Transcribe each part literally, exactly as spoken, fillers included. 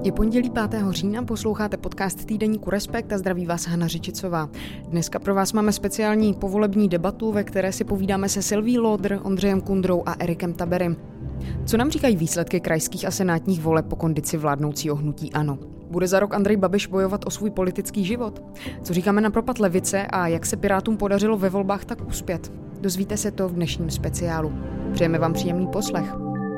Je pondělí pátého října, posloucháte podcast týdeníku Respekt a zdraví vás Hana Řičicová. Dneska pro vás máme speciální povolební debatu, ve které si povídáme se Sylví Lodr, Ondřejem Kundrou a Erikem Taberem. Co nám říkají výsledky krajských a senátních voleb po kondici vládnoucího hnutí ANO? Bude za rok Andrej Babiš bojovat o svůj politický život? Co říkáme na propad levice a jak se Pirátům podařilo ve volbách tak uspět? Dozvíte se to v dnešním speciálu. Přejeme vám příjemný poslech.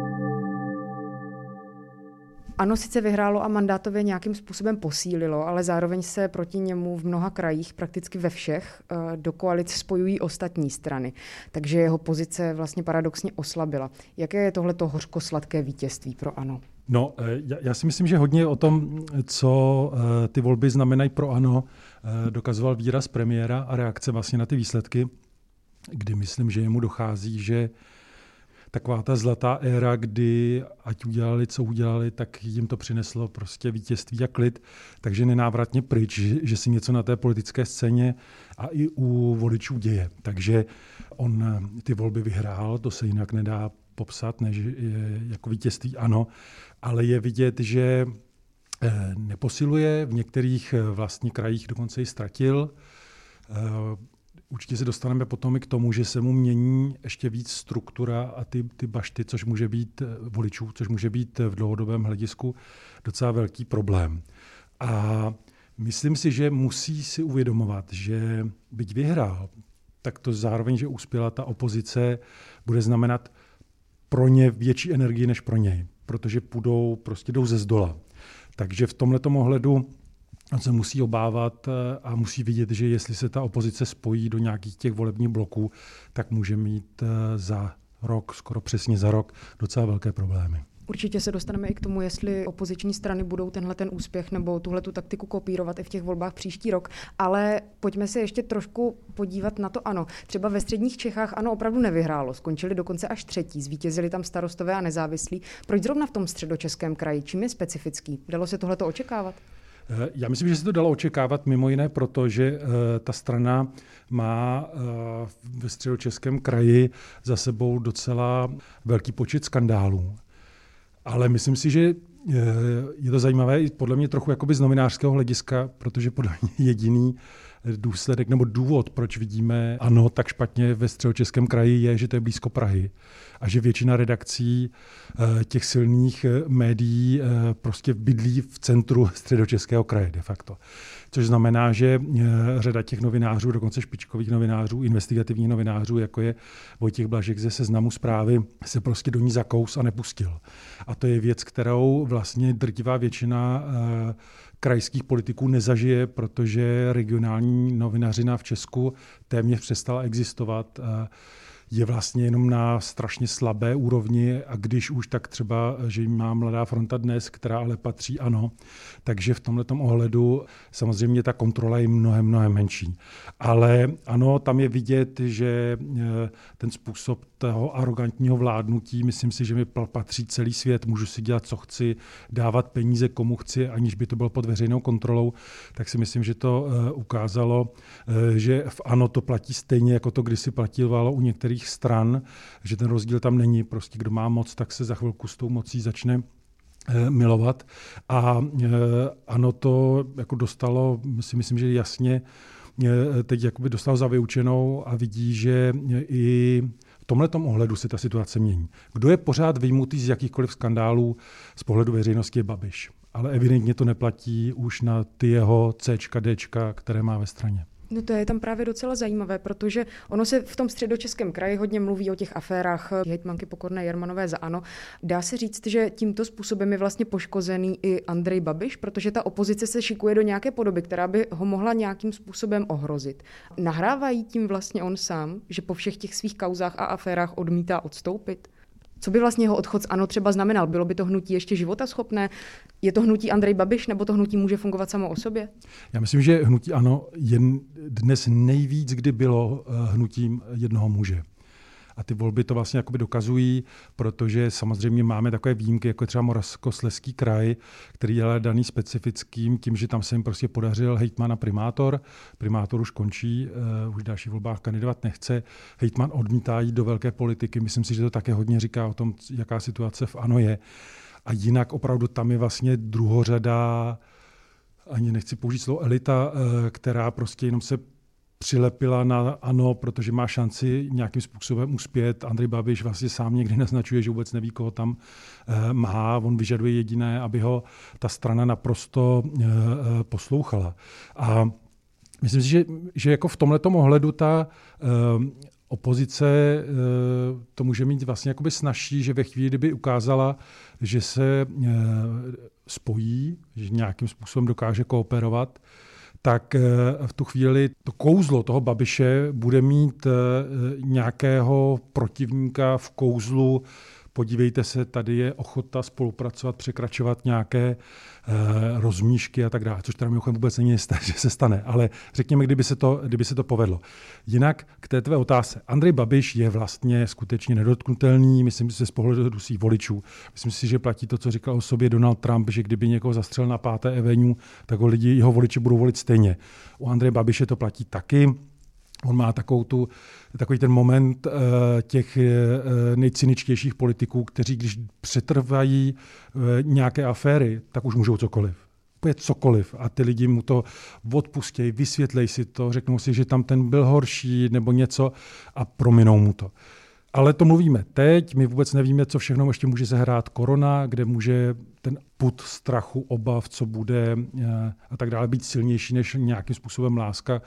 ANO sice vyhrálo a mandátově nějakým způsobem posílilo, ale zároveň se proti němu v mnoha krajích, prakticky ve všech, do koalic spojují ostatní strany. Takže jeho pozice vlastně paradoxně oslabila. Jaké je tohleto hořko-sladké vítězství pro ANO? No, já si myslím, že hodně o tom, co ty volby znamenají pro ANO, dokazoval výraz premiéra a reakce vlastně na ty výsledky, kdy myslím, že jemu dochází, že taková ta zlatá éra, kdy ať udělali, co udělali, tak jim to přineslo prostě vítězství a klid, takže nenávratně pryč, že, že si něco na té politické scéně a i u voličů děje. Takže on ty volby vyhrál, to se jinak nedá popsat, než jako vítězství ANO, ale je vidět, že neposiluje, v některých vlastně krajích dokonce i ztratil. Určitě se dostaneme potom i k tomu, že se mu mění ještě víc struktura a ty, ty bašty, což může být voličů, což může být v dlouhodobém hledisku docela velký problém. A myslím si, že musí si uvědomovat, že byť vyhrál, tak to zároveň, že uspěla ta opozice, bude znamenat pro ně větší energii než pro něj, protože půjdou, prostě jdou ze zdola. Takže v tomhletom ohledu on se musí obávat a musí vidět, že jestli se ta opozice spojí do nějakých těch volebních bloků, tak může mít za rok, skoro přesně za rok, docela velké problémy. Určitě se dostaneme i k tomu, jestli opoziční strany budou tenhle ten úspěch nebo tuhletu taktiku kopírovat i v těch volbách příští rok. Ale pojďme se ještě trošku podívat na to ANO. Třeba ve středních Čechách ANO opravdu nevyhrálo. Skončili dokonce až třetí. Zvítězili tam Starostové a Nezávislí. Proč zrovna v tom Středočeském kraji? Čím je specifický? Dalo se tohleto očekávat? Já myslím, že se to dalo očekávat mimo jiné proto, že uh, ta strana má uh, ve Středočeském kraji za sebou docela velký počet skandálů. Ale myslím si, že uh, je to zajímavé i podle mě trochu jakoby z novinářského hlediska, protože podle mě jediný důsledek nebo důvod, proč vidíme ANO tak špatně ve Středočeském kraji, je, že to je blízko Prahy a že většina redakcí těch silných médií prostě bydlí v centru Středočeského kraje de facto. Což znamená, že řada těch novinářů, dokonce špičkových novinářů, investigativních novinářů, jako je Vojtěch Blažek ze Seznamu Zprávy, se prostě do ní zakous a nepustil. A to je věc, kterou vlastně drtivá většina krajských politiků nezažije, protože regionální novinařina v Česku téměř přestala existovat. Je vlastně jenom na strašně slabé úrovni a když už, tak třeba, že jim má Mladá fronta Dnes, která ale patří ANO, takže v tomhletom ohledu samozřejmě ta kontrola je mnohem, mnohem menší. Ale ano, tam je vidět, že ten způsob toho arrogantního vládnutí, myslím si, že mi patří celý svět, můžu si dělat, co chci, dávat peníze komu chci, aniž by to bylo pod veřejnou kontrolou, tak si myslím, že to ukázalo, že v ANO to platí stejně, jako to kdysi platilo u některých stran, že ten rozdíl tam není. Prostě kdo má moc, tak se za chvilku s tou mocí začne milovat. A ANO to jako dostalo, si myslím, že jasně teď jakoby dostalo za vyučenou a vidí, že i v tomhletom ohledu se ta situace mění. Kdo je pořád vyjmutý z jakýchkoliv skandálů z pohledu veřejnosti je Babiš. Ale evidentně to neplatí už na ty jeho Cčka, Dčka, které má ve straně. No to je tam právě docela zajímavé, protože ono se v tom Středočeském kraji hodně mluví o těch aférách hejtmanky Pokorné Jermanové za ANO. Dá se říct, že tímto způsobem je vlastně poškozený i Andrej Babiš, protože ta opozice se šikuje do nějaké podoby, která by ho mohla nějakým způsobem ohrozit. Nahrávají tím vlastně on sám, že po všech těch svých kauzách a aférách odmítá odstoupit? Co by vlastně jeho odchod z ANO třeba znamenal? Bylo by to hnutí ještě životaschopné? Je to hnutí Andrej Babiš, nebo to hnutí může fungovat samo o sobě? Já myslím, že hnutí ANO je dnes nejvíc, kdy bylo hnutím jednoho muže. A ty volby to vlastně jakoby dokazují, protože samozřejmě máme takové výjimky, jako je třeba Moravskoslezský kraj, který je daný specifickým tím, že tam se jim prostě podařil hejtman a primátor. Primátor už končí, uh, už v dalších volbách kandidovat nechce. Hejtman odmítá jít do velké politiky. Myslím si, že to také hodně říká o tom, jaká situace v ANO je. a jinak opravdu tam je vlastně druhořada, ani nechci použít slovo elita, která prostě jenom se přilepila na ANO, protože má šanci nějakým způsobem uspět. Andrej Babiš vlastně sám někdy naznačuje, že vůbec neví, koho tam má. On vyžaduje jediné, aby ho ta strana naprosto poslouchala. A myslím si, že, že jako v tomhletom ohledu ta opozice to může mít vlastně jakoby snazší, že ve chvíli, kdyby ukázala, že se spojí, že nějakým způsobem dokáže kooperovat, tak v tu chvíli to kouzlo toho Babiše bude mít nějakého protivníka v kouzlu. Podívejte se, tady je ochota spolupracovat, překračovat nějaké eh, rozmíšky a tak dále, což teda mimochodem vůbec není jisté, že se stane, ale řekněme, kdyby se to, kdyby se to povedlo. Jinak k té tvé otázce. Andrej Babiš je vlastně skutečně nedotknutelný, myslím si, z pohledu svých voličů. Myslím si, že platí to, co říkal o sobě Donald Trump, že kdyby někoho zastřelil na páté Avenue, tak ho lidi, jeho voliči budou volit stejně. U Andreje Babiše to platí taky. On má takovou tu, takový ten moment uh, těch uh, nejcyničtějších politiků, kteří když přetrvají uh, nějaké aféry, tak už můžou cokoliv. Úplně cokoliv. A ty lidi mu to odpustějí, vysvětlej si to, řeknou si, že tam ten byl horší nebo něco a prominou mu to. Ale to mluvíme teď, my vůbec nevíme, co všechno ještě může zahrát korona, kde může ten pud strachu, obav, co bude a tak dále být silnější než nějakým způsobem láska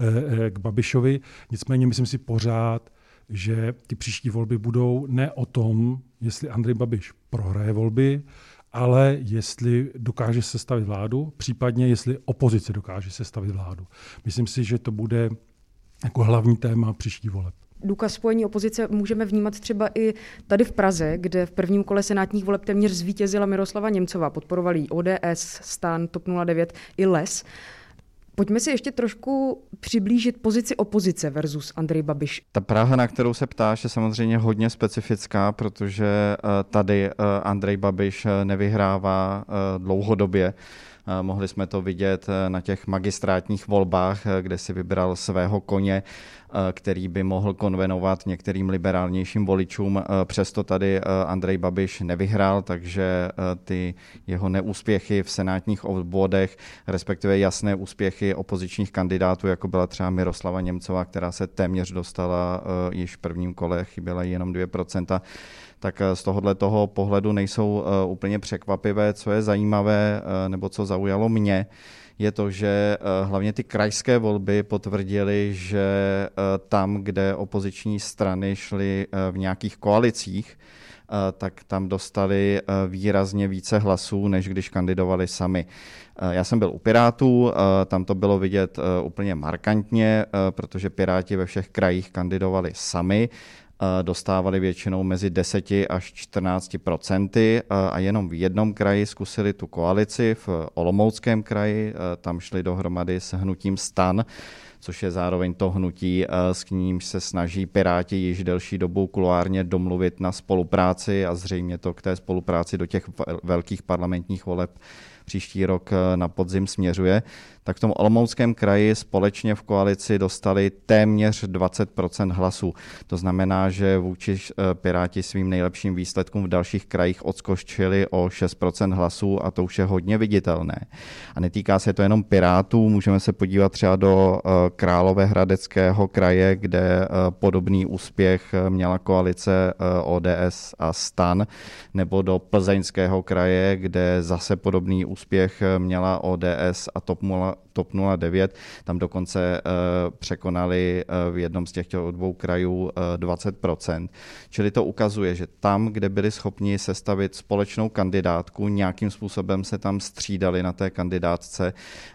k Babišovi. Nicméně myslím si pořád, že ty příští volby budou ne o tom, jestli Andrej Babiš prohraje volby, ale jestli dokáže sestavit vládu, případně jestli opozice dokáže sestavit vládu. Myslím si, že to bude jako hlavní téma příští voleb. Důkaz spojení opozice můžeme vnímat třeba i tady v Praze, kde v prvním kole senátních voleb téměř zvítězila Miroslava Němcová. Podporovali ji O D S, STAN, TOP nula devět i L E S. Pojďme si ještě trošku přiblížit pozici opozice versus Andrej Babiš. Ta Praha, na kterou se ptáš, je samozřejmě hodně specifická, protože tady Andrej Babiš nevyhrává dlouhodobě. Mohli jsme to vidět na těch magistrátních volbách, kde si vybral svého koně, který by mohl konvenovat některým liberálnějším voličům. Přesto tady Andrej Babiš nevyhrál, takže ty jeho neúspěchy v senátních obvodech, respektive jasné úspěchy opozičních kandidátů, jako byla třeba Miroslava Němcová, která se téměř dostala již v prvním kole, chyběla jenom dvě procenta, tak z tohohle toho pohledu nejsou úplně překvapivé. Co je zajímavé, nebo co zaujalo mě, je to, že hlavně ty krajské volby potvrdily, že tam, kde opoziční strany šly v nějakých koalicích, tak tam dostali výrazně více hlasů, než když kandidovali sami. Já jsem byl u Pirátů, tam to bylo vidět úplně markantně, protože Piráti ve všech krajích kandidovali sami, dostávali většinou mezi deset až čtrnáct procenty a jenom v jednom kraji zkusili tu koalici, v Olomouckém kraji, tam šli dohromady s hnutím STAN, což je zároveň to hnutí, s nímž se snaží Piráti již delší dobu kuloárně domluvit na spolupráci a zřejmě to k té spolupráci do těch velkých parlamentních voleb příští rok na podzim směřuje, tak v tom Olomouckém kraji společně v koalici dostali téměř dvacet procent hlasů. To znamená, že vůči Piráti svým nejlepším výsledkům v dalších krajích odskočili o šest procent hlasů a to už je hodně viditelné. A netýká se to jenom Pirátů, můžeme se podívat třeba do Královéhradeckého kraje, kde podobný úspěch měla koalice O D S a STAN, nebo do Plzeňského kraje, kde zase podobný úspěch měla O D S a TOP nula devět. Tam dokonce překonali v jednom z těchto dvou krajů dvacet procent. Čili to ukazuje, že tam, kde byli schopni sestavit společnou kandidátku, nějakým způsobem se tam střídali na té kandidátce,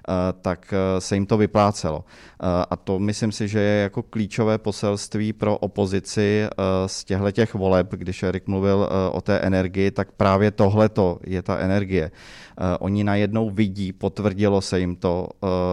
tak se jim to vyplácelo. A to myslím si, že je jako klíčové poselství pro opozici z těchto voleb. Když Erik mluvil o té energii, tak právě tohleto je ta energie. Oni najednou vidí, potvrdilo se jim to,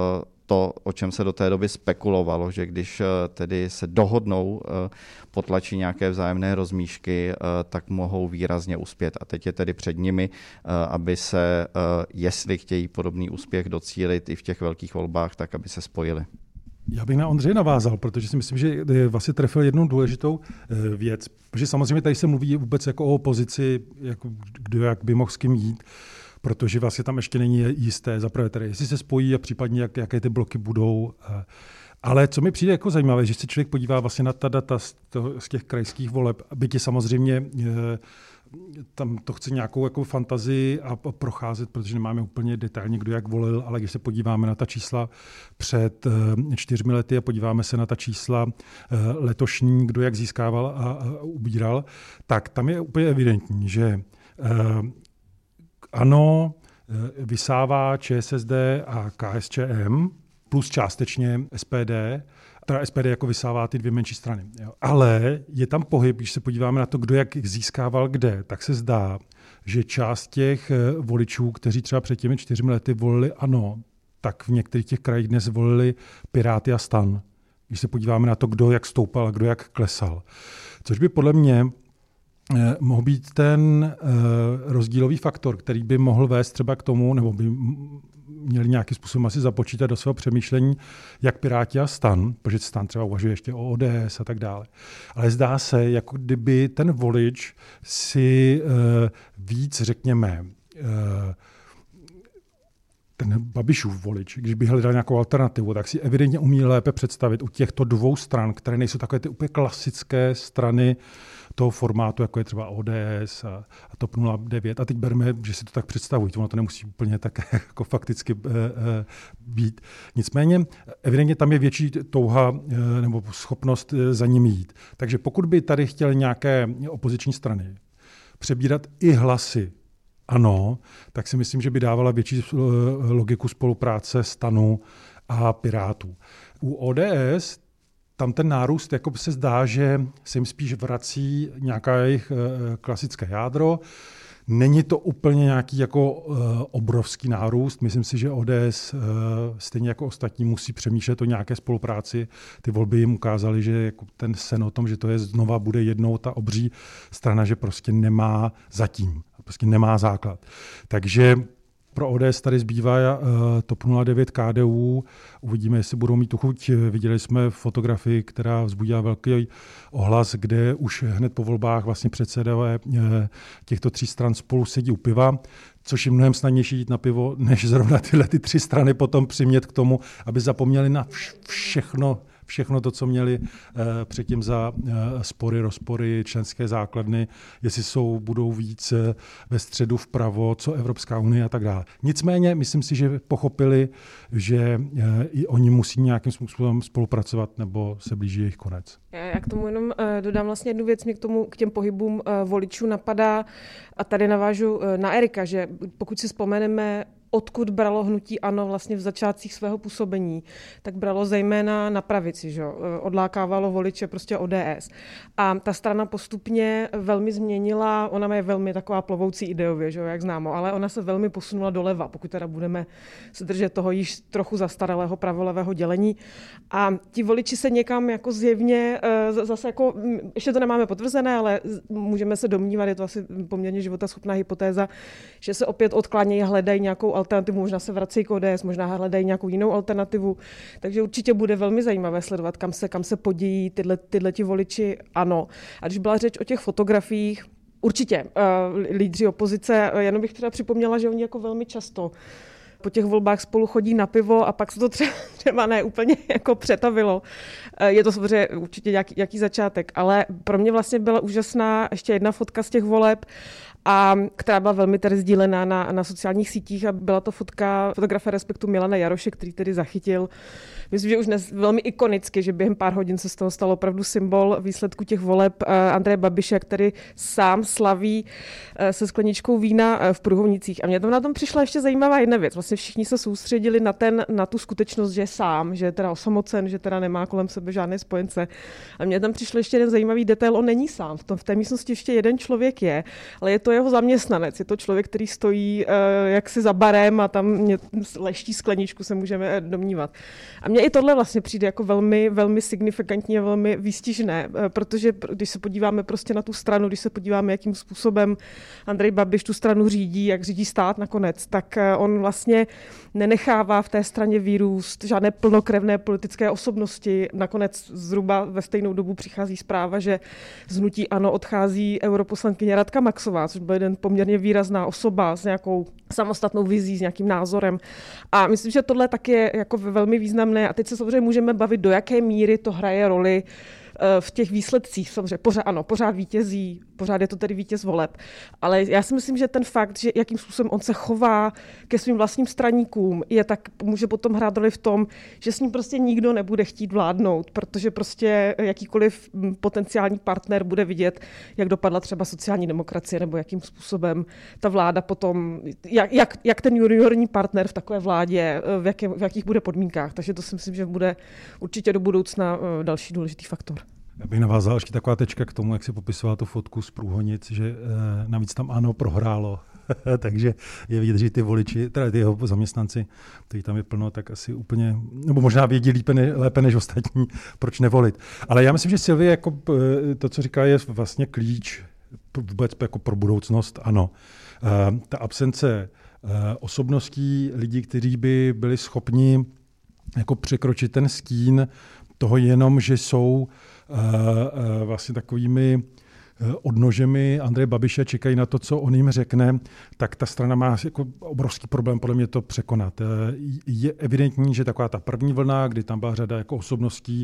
to, o čem se do té doby spekulovalo, že když tedy se dohodnou, potlačí nějaké vzájemné rozmíšky, tak mohou výrazně uspět. A teď je tedy před nimi, aby se, jestli chtějí podobný úspěch docílit i v těch velkých volbách, tak aby se spojili. Já bych na Ondřeje navázal, protože si myslím, že vlastně trefil jednu důležitou věc. Protože samozřejmě tady se mluví vůbec jako o opozici, jako kdo jak by mohl s kým jít, protože vlastně tam ještě není jisté, zaprvé tedy, jestli se spojí a případně jak, jaké ty bloky budou. Ale co mi přijde jako zajímavé, že se člověk podívá vlastně na ta data z, toho, z těch krajských voleb, byť samozřejmě tam to chce nějakou jako fantazii a procházet, protože nemáme úplně detailně, kdo jak volil, ale když se podíváme na ta čísla před čtyřmi lety a podíváme se na ta čísla letošní, kdo jak získával a, a ubíral, tak tam je úplně evidentní, že ANO vysává ČSSD a KSČM plus částečně S P D, teda S P D jako vysává ty dvě menší strany. Jo. Ale je tam pohyb, když se podíváme na to, kdo jak získával kde, tak se zdá, že část těch voličů, kteří třeba před těmi čtyřmi lety volili ANO, tak v některých těch krajích dnes volili Piráty a STAN. Když se podíváme na to, kdo jak stoupal a kdo jak klesal. Což by podle mě mohl být ten rozdílový faktor, který by mohl vést třeba k tomu, nebo by měli nějakým způsobem asi započítat do svého přemýšlení, jak Piráti a STAN, protože STAN třeba uvažuje ještě o O D S a tak dále. Ale zdá se, jako kdyby ten volič si uh, víc, řekněme, uh, ten Babišův volič, když by hledal nějakou alternativu, tak si evidentně umí lépe představit u těchto dvou stran, které nejsou takové ty úplně klasické strany toho formátu, jako je třeba O D S a, a TOP nula devět. A teď berme, že si to tak představují. Ono to nemusí úplně tak jako fakticky e, e, být. Nicméně evidentně tam je větší touha e, nebo schopnost e, za nimi jít. Takže pokud by tady chtěly nějaké opoziční strany přebírat i hlasy ANO, tak si myslím, že by dávala větší logiku spolupráce STANu a Pirátů. U O D S tam ten nárůst jako se zdá, že se jim spíš vrací nějaká jejich klasické jádro. Není to úplně nějaký jako obrovský nárůst. Myslím si, že O D S stejně jako ostatní musí přemýšlet o nějaké spolupráci. Ty volby jim ukázaly, že jako ten sen o tom, že to je znova bude jednou ta obří strana, že prostě nemá zatím, prostě nemá základ. Takže pro O D S tady zbývá uh, TOP nula devět, K D U. Uvidíme, jestli budou mít tu chuť. Viděli jsme fotografii, která vzbudila velký ohlas, kde už hned po volbách vlastně předsedové uh, těchto tří stran spolu sedí u piva, což je mnohem snadnější jít na pivo, než zrovna tyhle ty tři strany potom přimět k tomu, aby zapomněli na vš- všechno, všechno to, co měli uh, předtím za uh, spory, rozpory, členské základny, jestli jsou, budou víc uh, ve středu vpravo, co Evropská unie a tak dále. Nicméně, myslím si, že pochopili, že uh, i oni musí nějakým způsobem spolupracovat, nebo se blíží jejich konec. Já k tomu jenom uh, dodám vlastně jednu věc, mě k tomu, k těm pohybům uh, voličů napadá, a tady navážu uh, na Erika, že pokud si vzpomeneme, odkud bralo hnutí ANO vlastně v začátcích svého působení, tak bralo zejména na pravici, že? Odlákávalo voliče prostě O D S. A ta strana postupně velmi změnila, ona je velmi taková plovoucí ideově, že? Jak známo, ale ona se velmi posunula doleva, pokud teda budeme se držet toho již trochu zastaralého pravolevého dělení. A ti voliči se někam jako zjevně, zase jako, ještě to nemáme potvrzené, ale můžeme se domnívat, je to asi poměrně životaschopná hypotéza, že se opět odklánějí, hledají nějakou alternativu, možná se vrací k O D S, možná hledají nějakou jinou alternativu. Takže určitě bude velmi zajímavé sledovat, kam se, kam se podějí tyhle, tyhle ti voliči ANO. A když byla řeč o těch fotografiích, určitě uh, lídři opozice, jenom bych teda připomněla, že oni jako velmi často po těch volbách spolu chodí na pivo a pak se to třeba, třeba ne úplně jako přetavilo. Je to samozřejmě určitě nějaký, nějaký začátek, ale pro mě vlastně byla úžasná ještě jedna fotka z těch voleb, a která byla velmi tady sdílená na, na sociálních sítích, a byla to fotka fotografa Respektu Milana Jaroše, který tedy zachytil, myslím, že už dnes velmi ikonicky, že během pár hodin se z toho stalo opravdu symbol výsledku těch voleb Andreje Babiše, který sám slaví se skleničkou vína v Pruhovnicích. A mě tam na tom přišla ještě zajímavá jedna věc. Vlastně všichni se soustředili na, ten, na tu skutečnost, že je sám, že je teda osamocen, že teda nemá kolem sebe žádné spojence. A mně tam přišel ještě jeden zajímavý detail, on není sám. V, tom, v té místnosti ještě jeden člověk je, ale je to to jeho zaměstnanec, je to člověk, který stojí jaksi za barem a tam mě leští skleničku, se můžeme domnívat. A mně i tohle vlastně přijde jako velmi, velmi signifikantní a velmi výstižné, protože když se podíváme prostě na tu stranu, když se podíváme, jakým způsobem Andrej Babiš tu stranu řídí, jak řídí stát nakonec, tak on vlastně nenechává v té straně vyrůst žádné plnokrevné politické osobnosti. Nakonec zhruba ve stejnou dobu přichází zpráva, že z hnutí ANO odchází europoslankyně Radka Maxová, což byl jeden poměrně výrazná osoba s nějakou samostatnou vizí, s nějakým názorem. A myslím, že tohle tak je jako velmi významné. A teď se samozřejmě můžeme bavit, do jaké míry to hraje roli v těch výsledcích. Samozřejmě pořád, ano, pořád vítězí, pořád je to tedy vítěz voleb. Ale já si myslím, že ten fakt, že jakým způsobem on se chová ke svým vlastním straníkům, je tak, může potom hrát roli v tom, že s ním prostě nikdo nebude chtít vládnout, protože prostě jakýkoliv potenciální partner bude vidět, jak dopadla třeba sociální demokracie, nebo jakým způsobem ta vláda potom, jak, jak, jak ten juniorní partner v takové vládě, v, jaké, v jakých bude podmínkách. Takže to si myslím, že bude určitě do budoucna další důležitý faktor. Já bych navázal ještě taková tečka k tomu, jak si popisoval tu fotku z Průhonic, že eh, navíc tam ANO prohrálo, takže je vidět, že ty voliči, teda ty jeho zaměstnanci, kteří tam je plno, tak asi úplně, nebo možná vědí lípe, ne, lépe než ostatní, proč nevolit. Ale já myslím, že Sylvie, jako to, co říká, je vlastně klíč vůbec jako pro budoucnost, ano. Eh, ta absence eh, osobností lidí, kteří by byli schopni jako překročit ten stín toho jenom, že jsou uh, uh, vlastně takovými uh, odnožemi Andreje Babiše, čekají na to, co on jim řekne, tak ta strana má jako obrovský problém podle mě to překonat. Uh, je evidentní, že taková ta první vlna, kdy tam byla řada jako osobností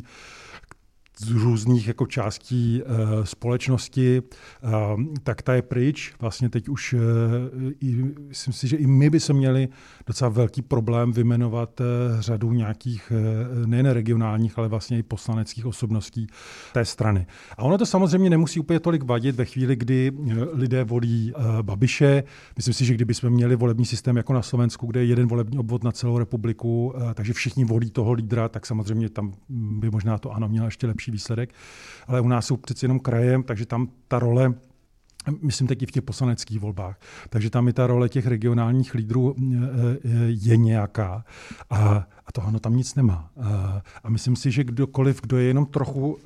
z různých jako částí uh, společnosti, uh, tak ta je pryč. Vlastně teď už uh, i, myslím si, že i my by se měli docela velký problém vyjmenovat uh, řadu nějakých uh, nejen regionálních, ale vlastně i poslaneckých osobností té strany. A ono to samozřejmě nemusí úplně tolik vadit ve chvíli, kdy uh, lidé volí uh, Babiše. Myslím si, že kdybychom měli volební systém jako na Slovensku, kde je jeden volební obvod na celou republiku, uh, takže všichni volí toho lídra, tak samozřejmě tam by možná to ANO mělo ještě lepší výsledek, ale u nás jsou přeci jenom krajem, takže tam ta role, myslím teď i v těch poslaneckých volbách, takže tam i ta role těch regionálních lídrů je nějaká a, a to ANO tam nic nemá. A myslím si, že kdokoliv, kdo je jenom trochu,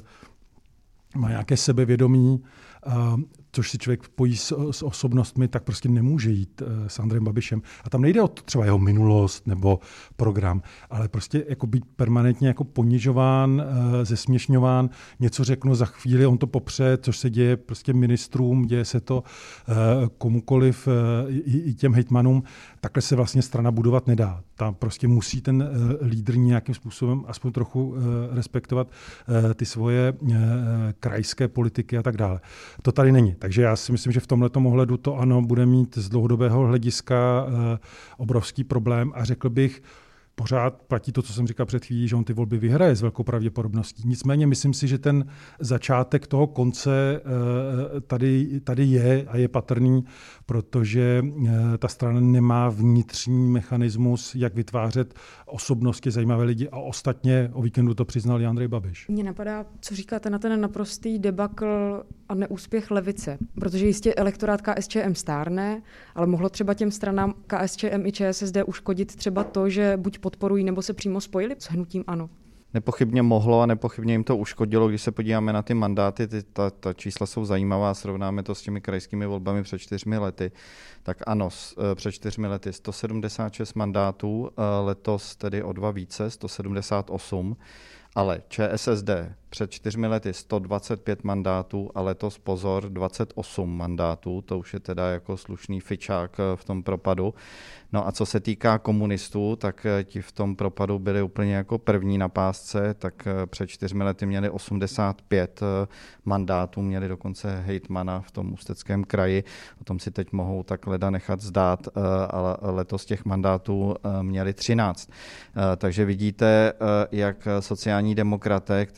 má nějaké sebevědomí, což si člověk pojí s, s osobnostmi, tak prostě nemůže jít uh, s Andrejem Babišem. A tam nejde o to, třeba jeho minulost nebo program, ale prostě jako být permanentně jako ponižován, uh, zesměšňován, něco řeknu za chvíli, on to popře, což se děje prostě ministrům, děje se to uh, komukoliv, uh, i, i těm hejtmanům. Takhle se vlastně strana budovat nedá. Tam prostě musí ten uh, lídr nějakým způsobem aspoň trochu uh, respektovat uh, ty svoje uh, krajské politiky a tak dále. To tady není. Takže já si myslím, že v tomhletom ohledu to ANO bude mít z dlouhodobého hlediska uh, obrovský problém a řekl bych, pořád platí to, co jsem říkal před chvílí, že on ty volby vyhraje s velkou pravděpodobností. Nicméně myslím si, že ten začátek toho konce uh, tady, tady je a je patrný, protože uh, ta strana nemá vnitřní mechanismus, jak vytvářet osobnosti, zajímavé lidi a ostatně o víkendu to přiznal i Andrej Babiš. Mně napadá, co říkáte na ten naprostý debakl a neúspěch levice, protože jistě elektorát K S Č M stárne, ale mohlo třeba těm stranám K S Č M i Č S S D uškodit třeba to, že buď podporují nebo se přímo spojili s hnutím ANO. Nepochybně mohlo a nepochybně jim to uškodilo, když se podíváme na ty mandáty, ty, ta, ta čísla jsou zajímavá, srovnáme to s těmi krajskými volbami před čtyřmi lety. Tak ano, před čtyřmi lety sto sedmdesát šest mandátů, letos tedy o dva více, sto sedmdesát osm, ale Č S S D před čtyřmi lety sto dvacet pět mandátů a letos pozor dvacet osm mandátů, to už je teda jako slušný fičák v tom propadu. No a co se týká komunistů, tak ti v tom propadu byli úplně jako první na pásce, tak před čtyřmi lety měli osmdesát pět mandátů, měli dokonce hejtmana v tom Ústeckém kraji, o tom si teď mohou tak leda nechat zdát, ale letos těch mandátů měli třináct. Takže vidíte, jak sociální demokraté, kteří sedí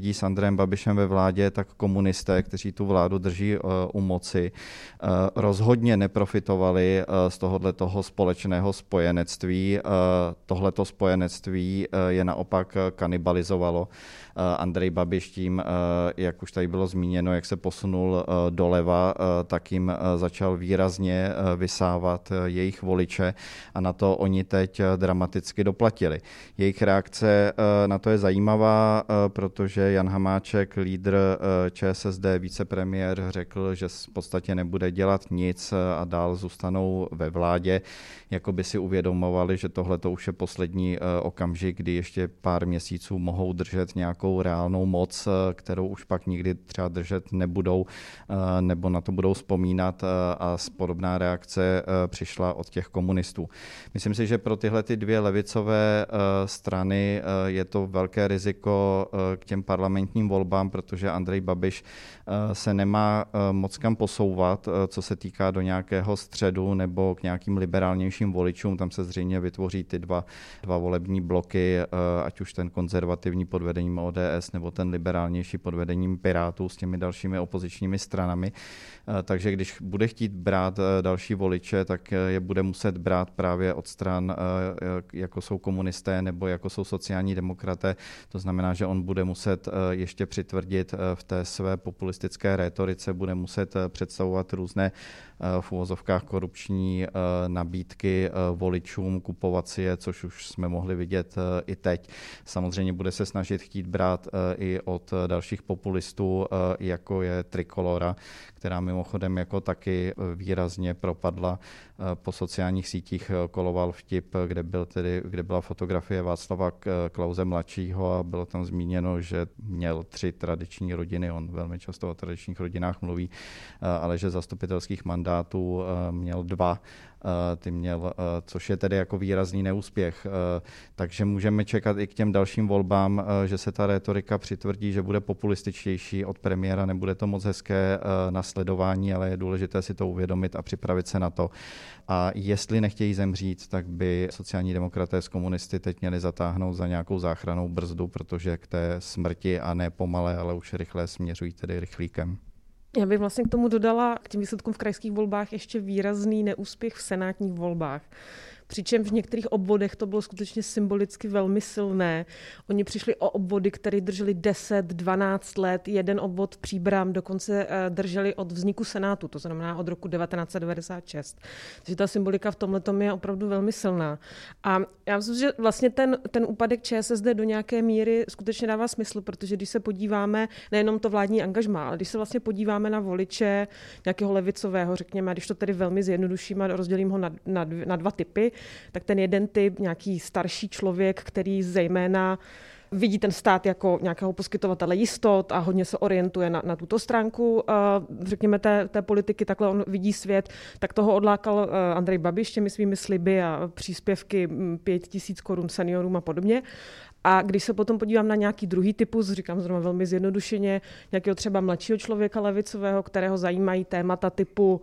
sedí s Andrejem Babišem ve vládě, tak komunisté, kteří tu vládu drží u moci, rozhodně neprofitovali z tohohle toho společného spojenectví. Tohleto spojenectví je naopak kanibalizovalo. Andrej Babiš tím, jak už tady bylo zmíněno, jak se posunul doleva, tak jim začal výrazně vysávat jejich voliče a na to oni teď dramaticky doplatili. Jejich reakce na to je zajímavá, protože Jan Hamáček, lídr ČSSD, vicepremiér, řekl, že v podstatě nebude dělat nic a dál zůstanou ve vládě, jako by si uvědomovali, že tohle to už je poslední okamžik, kdy ještě pár měsíců mohou držet nějakou reálnou moc, kterou už pak nikdy třeba držet nebudou, nebo na to budou vzpomínat, a podobná reakce přišla od těch komunistů. Myslím si, že pro tyhle ty dvě levicové strany je to velké riziko k těm parlamentním volbám, protože Andrej Babiš se nemá moc kam posouvat, co se týká do nějakého středu nebo k nějakým liberálnějším voličům. Tam se zřejmě vytvoří ty dva, dva volební bloky, ať už ten konzervativní pod vedením O D S nebo ten liberálnější pod vedením Pirátů s těmi dalšími opozičními stranami. Takže když bude chtít brát další voliče, tak je bude muset brát právě od stran, jako jsou komunisté nebo jako jsou sociální demokraté. To znamená, že on bude muset ještě přitvrdit v té své populistické rétorice, bude muset představovat různé v uvozovkách korupční nabídky voličům, kupovat si je, což už jsme mohli vidět i teď. Samozřejmě bude se snažit chtít brát i od dalších populistů, jako je Trikolora, která mimochodem jako taky výrazně propadla. Po sociálních sítích koloval vtip, kde, byl tedy, kde byla fotografie Václava Klause mladšího a bylo tam zmíněno, že měl tři tradiční rodiny, on velmi často o tradičních rodinách mluví, ale že zastupitelských mandátů měl dva, ty měl, což je tedy jako výrazný neúspěch. Takže můžeme čekat i k těm dalším volbám, že se ta rétorika přitvrdí, že bude populističtější od premiéra, nebude to moc hezké nasledování, ale je důležité si to uvědomit a připravit se na to. A jestli nechtějí zemřít, tak by sociální demokraté s komunisty teď měli zatáhnout za nějakou záchrannou brzdu, protože k té smrti a ne pomalé, ale už rychle směřují tedy rychlíkem. Já bych vlastně k tomu dodala k těm výsledkům v krajských volbách ještě výrazný neúspěch v senátních volbách. Přičemž v některých obvodech to bylo skutečně symbolicky velmi silné. Oni přišli o obvody, které drželi deset, dvanáct let. Jeden obvod Příbram dokonce drželi od vzniku Senátu, to znamená od roku devatenáct set devadesát šest. Takže ta symbolika v tomhletom je opravdu velmi silná. A já myslím, že vlastně ten, ten úpadek ČSSD do nějaké míry skutečně dává smysl, protože když se podíváme, nejenom to vládní angažmá, ale když se vlastně podíváme na voliče nějakého levicového, řekněme, když to tedy velmi zjednoduším a rozdělím ho na, na, na dva typy, tak ten jeden typ, nějaký starší člověk, který zejména vidí ten stát jako nějakého poskytovatele jistot a hodně se orientuje na, na tuto stránku, řekněme, té, té politiky, takhle on vidí svět, tak toho odlákal Andrej Babiš těmi svými sliby a příspěvky pět tisíc korun seniorům a podobně. A když se potom podívám na nějaký druhý typus, říkám zrovna velmi zjednodušeně, nějakého třeba mladšího člověka levicového, kterého zajímají témata typu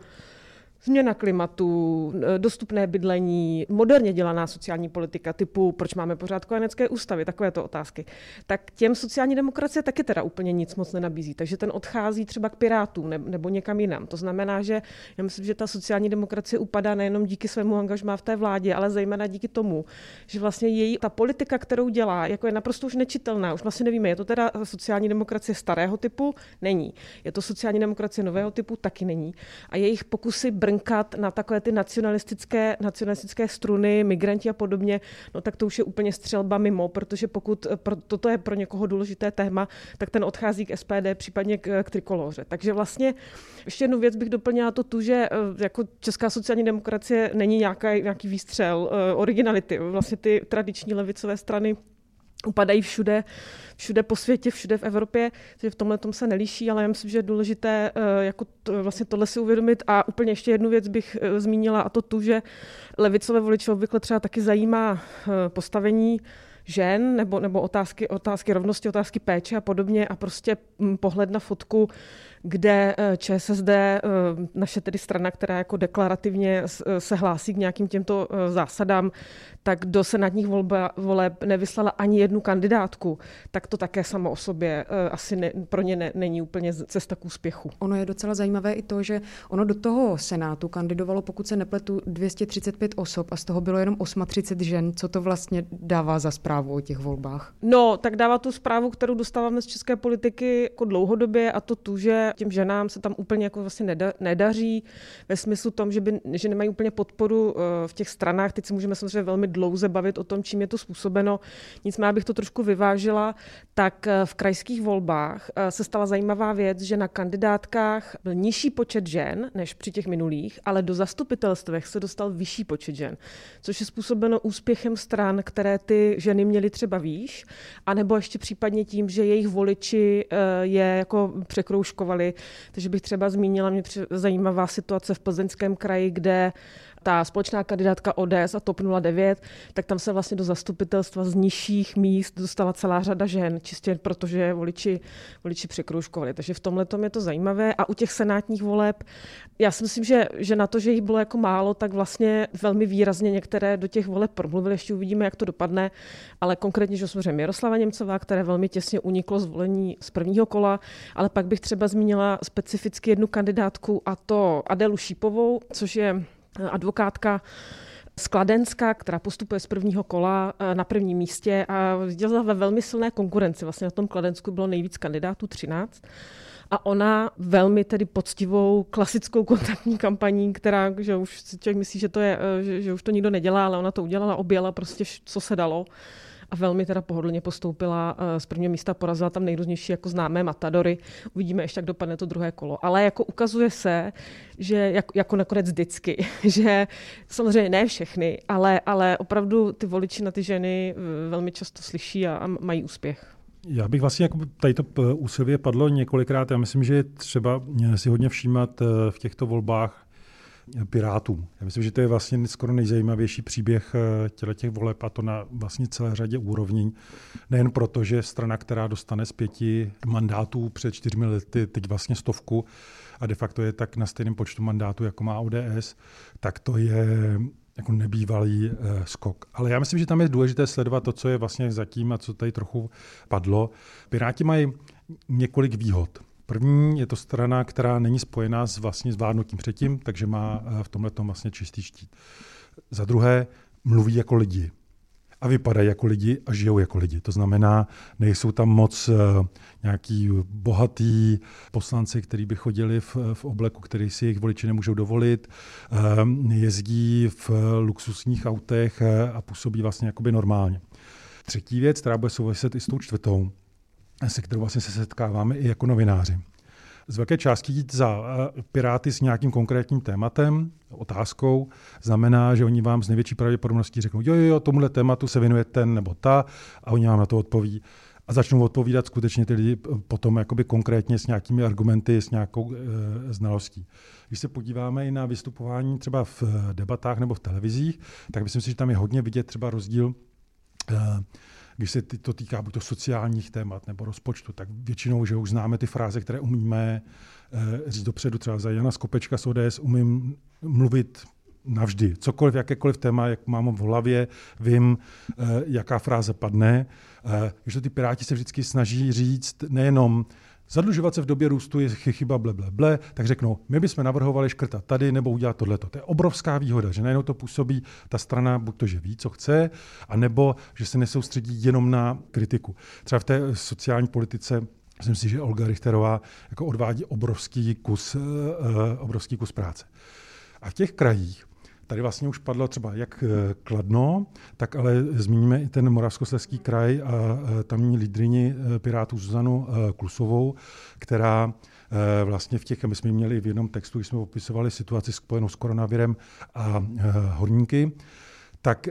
změna klimatu, dostupné bydlení, moderně dělaná sociální politika typu, proč máme pořád kojenecké ústavy, takovéto otázky. Tak těm sociální demokracie taky teda úplně nic moc nenabízí. Takže ten odchází třeba k Pirátům nebo někam jinam. To znamená, že já myslím, že ta sociální demokracie upadá nejenom díky svému angažmá v té vládě, ale zejména díky tomu, že vlastně její ta politika, kterou dělá, jako je naprosto už nečitelná. Už vlastně nevíme, je to teda sociální demokracie starého typu? Není. Je to sociální demokracie nového typu? Taky není. A jejich pokusy brnkat na takové ty nacionalistické, nacionalistické struny, migranti a podobně, no tak to už je úplně střelba mimo, protože pokud pro, toto je pro někoho důležité téma, tak ten odchází k S P D, případně k, k Trikoloře. Takže vlastně ještě jednu věc bych doplnila to tu, že jako česká sociální demokracie není nějaký, nějaký výstřel uh, originality. Vlastně ty tradiční levicové strany upadají všude, všude po světě, všude v Evropě, takže v tomhle tom se nelíší, ale já myslím, že je důležité jako to, vlastně tohle si uvědomit. A úplně ještě jednu věc bych zmínila, a to tu, že levicové voliče obvykle třeba taky zajímá postavení žen nebo, nebo otázky, otázky rovnosti, otázky péče a podobně a prostě pohled na fotku kde ČSSD, naše tedy strana, která jako deklarativně se hlásí k nějakým těmto zásadám, tak do senátních volba, voleb nevyslala ani jednu kandidátku, tak to také samo o sobě asi ne, pro ně ne, není úplně cesta k úspěchu. Ono je docela zajímavé i to, že ono do toho senátu kandidovalo, pokud se nepletu, dvě stě třicet pět osob a z toho bylo jenom třicet osm žen. Co to vlastně dává za zprávu o těch volbách? No, tak dává tu zprávu, kterou dostáváme z české politiky jako dlouhodobě, a to tu, že těm ženám se tam úplně jako vlastně neda, nedaří ve smyslu tom, že, by, že nemají úplně podporu v těch stranách. Teď si můžeme samozřejmě velmi dlouze bavit o tom, čím je to způsobeno. Nicméně, abych to trošku vyvážila, tak v krajských volbách se stala zajímavá věc, že na kandidátkách byl nižší počet žen než při těch minulých, ale do zastupitelstvech se dostal vyšší počet žen, což je způsobeno úspěchem stran, které ty ženy měly třeba výš, anebo ještě případně tím, že jejich voliči je jako překroužkovali. Takže bych třeba zmínila, mě zajímavá situace v Plzeňském kraji, kde ta společná kandidátka O D S a TOP nula devět, tak tam se vlastně do zastupitelstva z nižších míst dostala celá řada žen, čistě protože voliči, voliči překroužkovali. Takže v tomhle tom je to zajímavé. A u těch senátních voleb, já si myslím, že, že na to, že jich bylo jako málo, tak vlastně velmi výrazně některé do těch voleb promluvili. Ještě uvidíme, jak to dopadne. Ale konkrétně, že samozřejmě Miroslava Němcová, které velmi těsně uniklo zvolení z prvního kola, ale pak bych třeba zmínila specificky jednu kandidátku, a to Adélu Šípovou, což je advokátka z Kladenska, která postupuje z prvního kola na prvním místě a dělala ve velmi silné konkurenci. Vlastně na tom Kladensku bylo nejvíc kandidátů, třináct. A ona velmi tedy poctivou klasickou kontaktní kampaní, která, že už si člověk myslí, že, to je, že, že už to nikdo nedělá, ale ona to udělala, objela prostě, co se dalo. A velmi teda pohodlně postoupila z prvního místa, porazila tam nejrůznější jako známé matadory. Uvidíme ještě, jak dopadne to druhé kolo. Ale jako ukazuje se, že jako, jako nakonec vždycky, že samozřejmě ne všechny, ale, ale opravdu ty voliči na ty ženy velmi často slyší a, a mají úspěch. Já bych vlastně, jako tady to úsilí padlo několikrát, já myslím, že je třeba si hodně všímat v těchto volbách Pirátů. Já myslím, že to je vlastně skoro nejzajímavější příběh těch voleb, a to na vlastně celé řadě úrovní. Nejen proto, že strana, která dostane z pěti mandátů před čtyřmi lety teď vlastně stovku a de facto je tak na stejném počtu mandátů, jako má O D S, tak to je jako nebývalý eh, skok. Ale já myslím, že tam je důležité sledovat to, co je vlastně zatím a co tady trochu padlo. Piráti mají několik výhod. První je to strana, která není spojená s vlastně zvládnutím předtím, takže má v tomhletom vlastně čistý štít. Za druhé, mluví jako lidi a vypadají jako lidi a žijou jako lidi. To znamená, nejsou tam moc uh, nějaký bohatý poslanci, kteří by chodili v, v obleku, který si jejich voliči nemůžou dovolit, uh, jezdí v luxusních autech uh, a působí vlastně jakoby normálně. Třetí věc, která bude souviset i s tou čtvrtou, se kterou vlastně se setkáváme i jako novináři. Z velké části jít za Piráty s nějakým konkrétním tématem, otázkou, znamená, že oni vám z největší pravděpodobností řeknou, jo, jo, jo, tomuhle tématu se věnuje ten nebo ta, a oni vám na to odpoví. A začnou odpovídat skutečně ty lidi potom jakoby konkrétně s nějakými argumenty, s nějakou e, znalostí. Když se podíváme i na vystupování třeba v debatách nebo v televizích, tak myslím si, že tam je hodně vidět třeba rozdíl, e, když se to týká buď to sociálních témat nebo rozpočtu, tak většinou, že už známe ty fráze, které umíme e, říct dopředu. Třeba za Jana Skopečka z O D S umím mluvit navždy. Cokoliv, jakékoliv téma, jak mám v hlavě, vím, e, jaká fráze padne. E, když to ty Piráti se vždycky snaží říct nejenom zadlužovat se v době růstu je chyba ble, ble, ble, tak řeknou, my bychom navrhovali škrtat tady nebo udělat tohleto. To je obrovská výhoda, že najednou to působí ta strana, buď to, že ví, co chce, anebo že se nesoustředí jenom na kritiku. Třeba v té sociální politice, myslím si, že Olga Richterová jako odvádí obrovský kus, obrovský kus práce. A v těch krajích, tady vlastně už padlo třeba jak Kladno, tak ale zmíníme i ten Moravskoslezský kraj a tamní lídryni Pirátů Zuzanu Klusovou, která vlastně v těch, my jsme měli v jednom textu, když jsme popisovali situaci spojenou s koronavirem a horníky, tak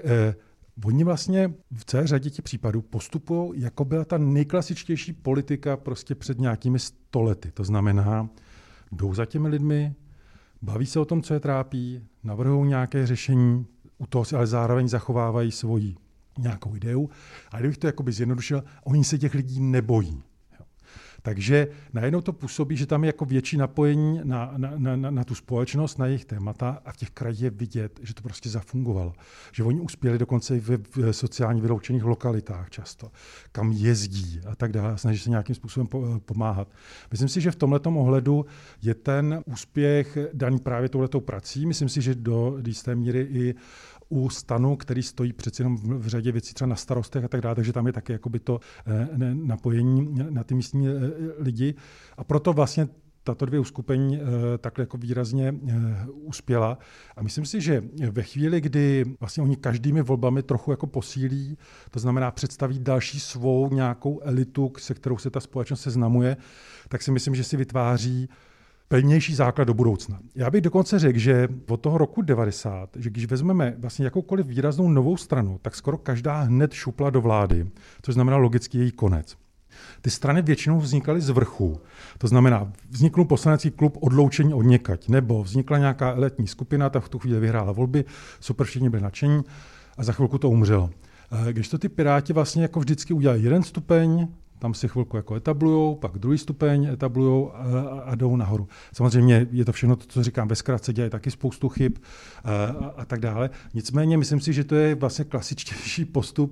oni vlastně v celé řadě těch případů postupují, jako byla ta nejklasičtější politika prostě před nějakými stolety. To znamená, jdou za těmi lidmi, baví se o tom, co je trápí, navrhují nějaké řešení, u toho si ale zároveň zachovávají svoji nějakou ideu. A kdybych to jakoby zjednodušil, oni se těch lidí nebojí. Jo. Takže najednou to působí, že tam je jako větší napojení na, na, na, na tu společnost, na jejich témata a v těch krajích je vidět, že to prostě zafungovalo. Že oni uspěli dokonce i v, v sociálně vyloučených lokalitách často, kam jezdí a tak dále, snaží se nějakým způsobem po, pomáhat. Myslím si, že v tomhletom ohledu je ten úspěch daný právě touhletou prací. Myslím si, že do jisté míry i u STANu, který stojí přeci jenom v řadě věcí třeba na starostech a tak dále, takže tam je taky jakoby to napojení na ty místní lidi. A proto vlastně tato dvě uskupení takhle jako výrazně uspěla. A myslím si, že ve chvíli, kdy vlastně oni každými volbami trochu jako posílí, to znamená představí další svou nějakou elitu, se kterou se ta společnost seznamuje, tak si myslím, že si vytváří pevnější základ do budoucna. Já bych dokonce řekl, že od toho roku devadesát, že když vezmeme vlastně jakoukoliv výraznou novou stranu, tak skoro každá hned šupla do vlády, což znamená logicky její konec. Ty strany většinou vznikaly z vrchu. To znamená, vznikl poslanecký klub odloučení od někať, nebo vznikla nějaká elitní skupina, ta v tu chvíli vyhrála volby, super, všichni byli nadšení a za chvilku to umřelo. Když to ty Piráti vlastně jako vždycky udělají jeden stupeň, tam si chvilku jako etablujou, pak druhý stupeň etablujou a, a jdou nahoru. Samozřejmě je to všechno to, co říkám, ve zkratce dělají taky spoustu chyb a, a, a tak dále. Nicméně myslím si, že to je vlastně klasičtější postup,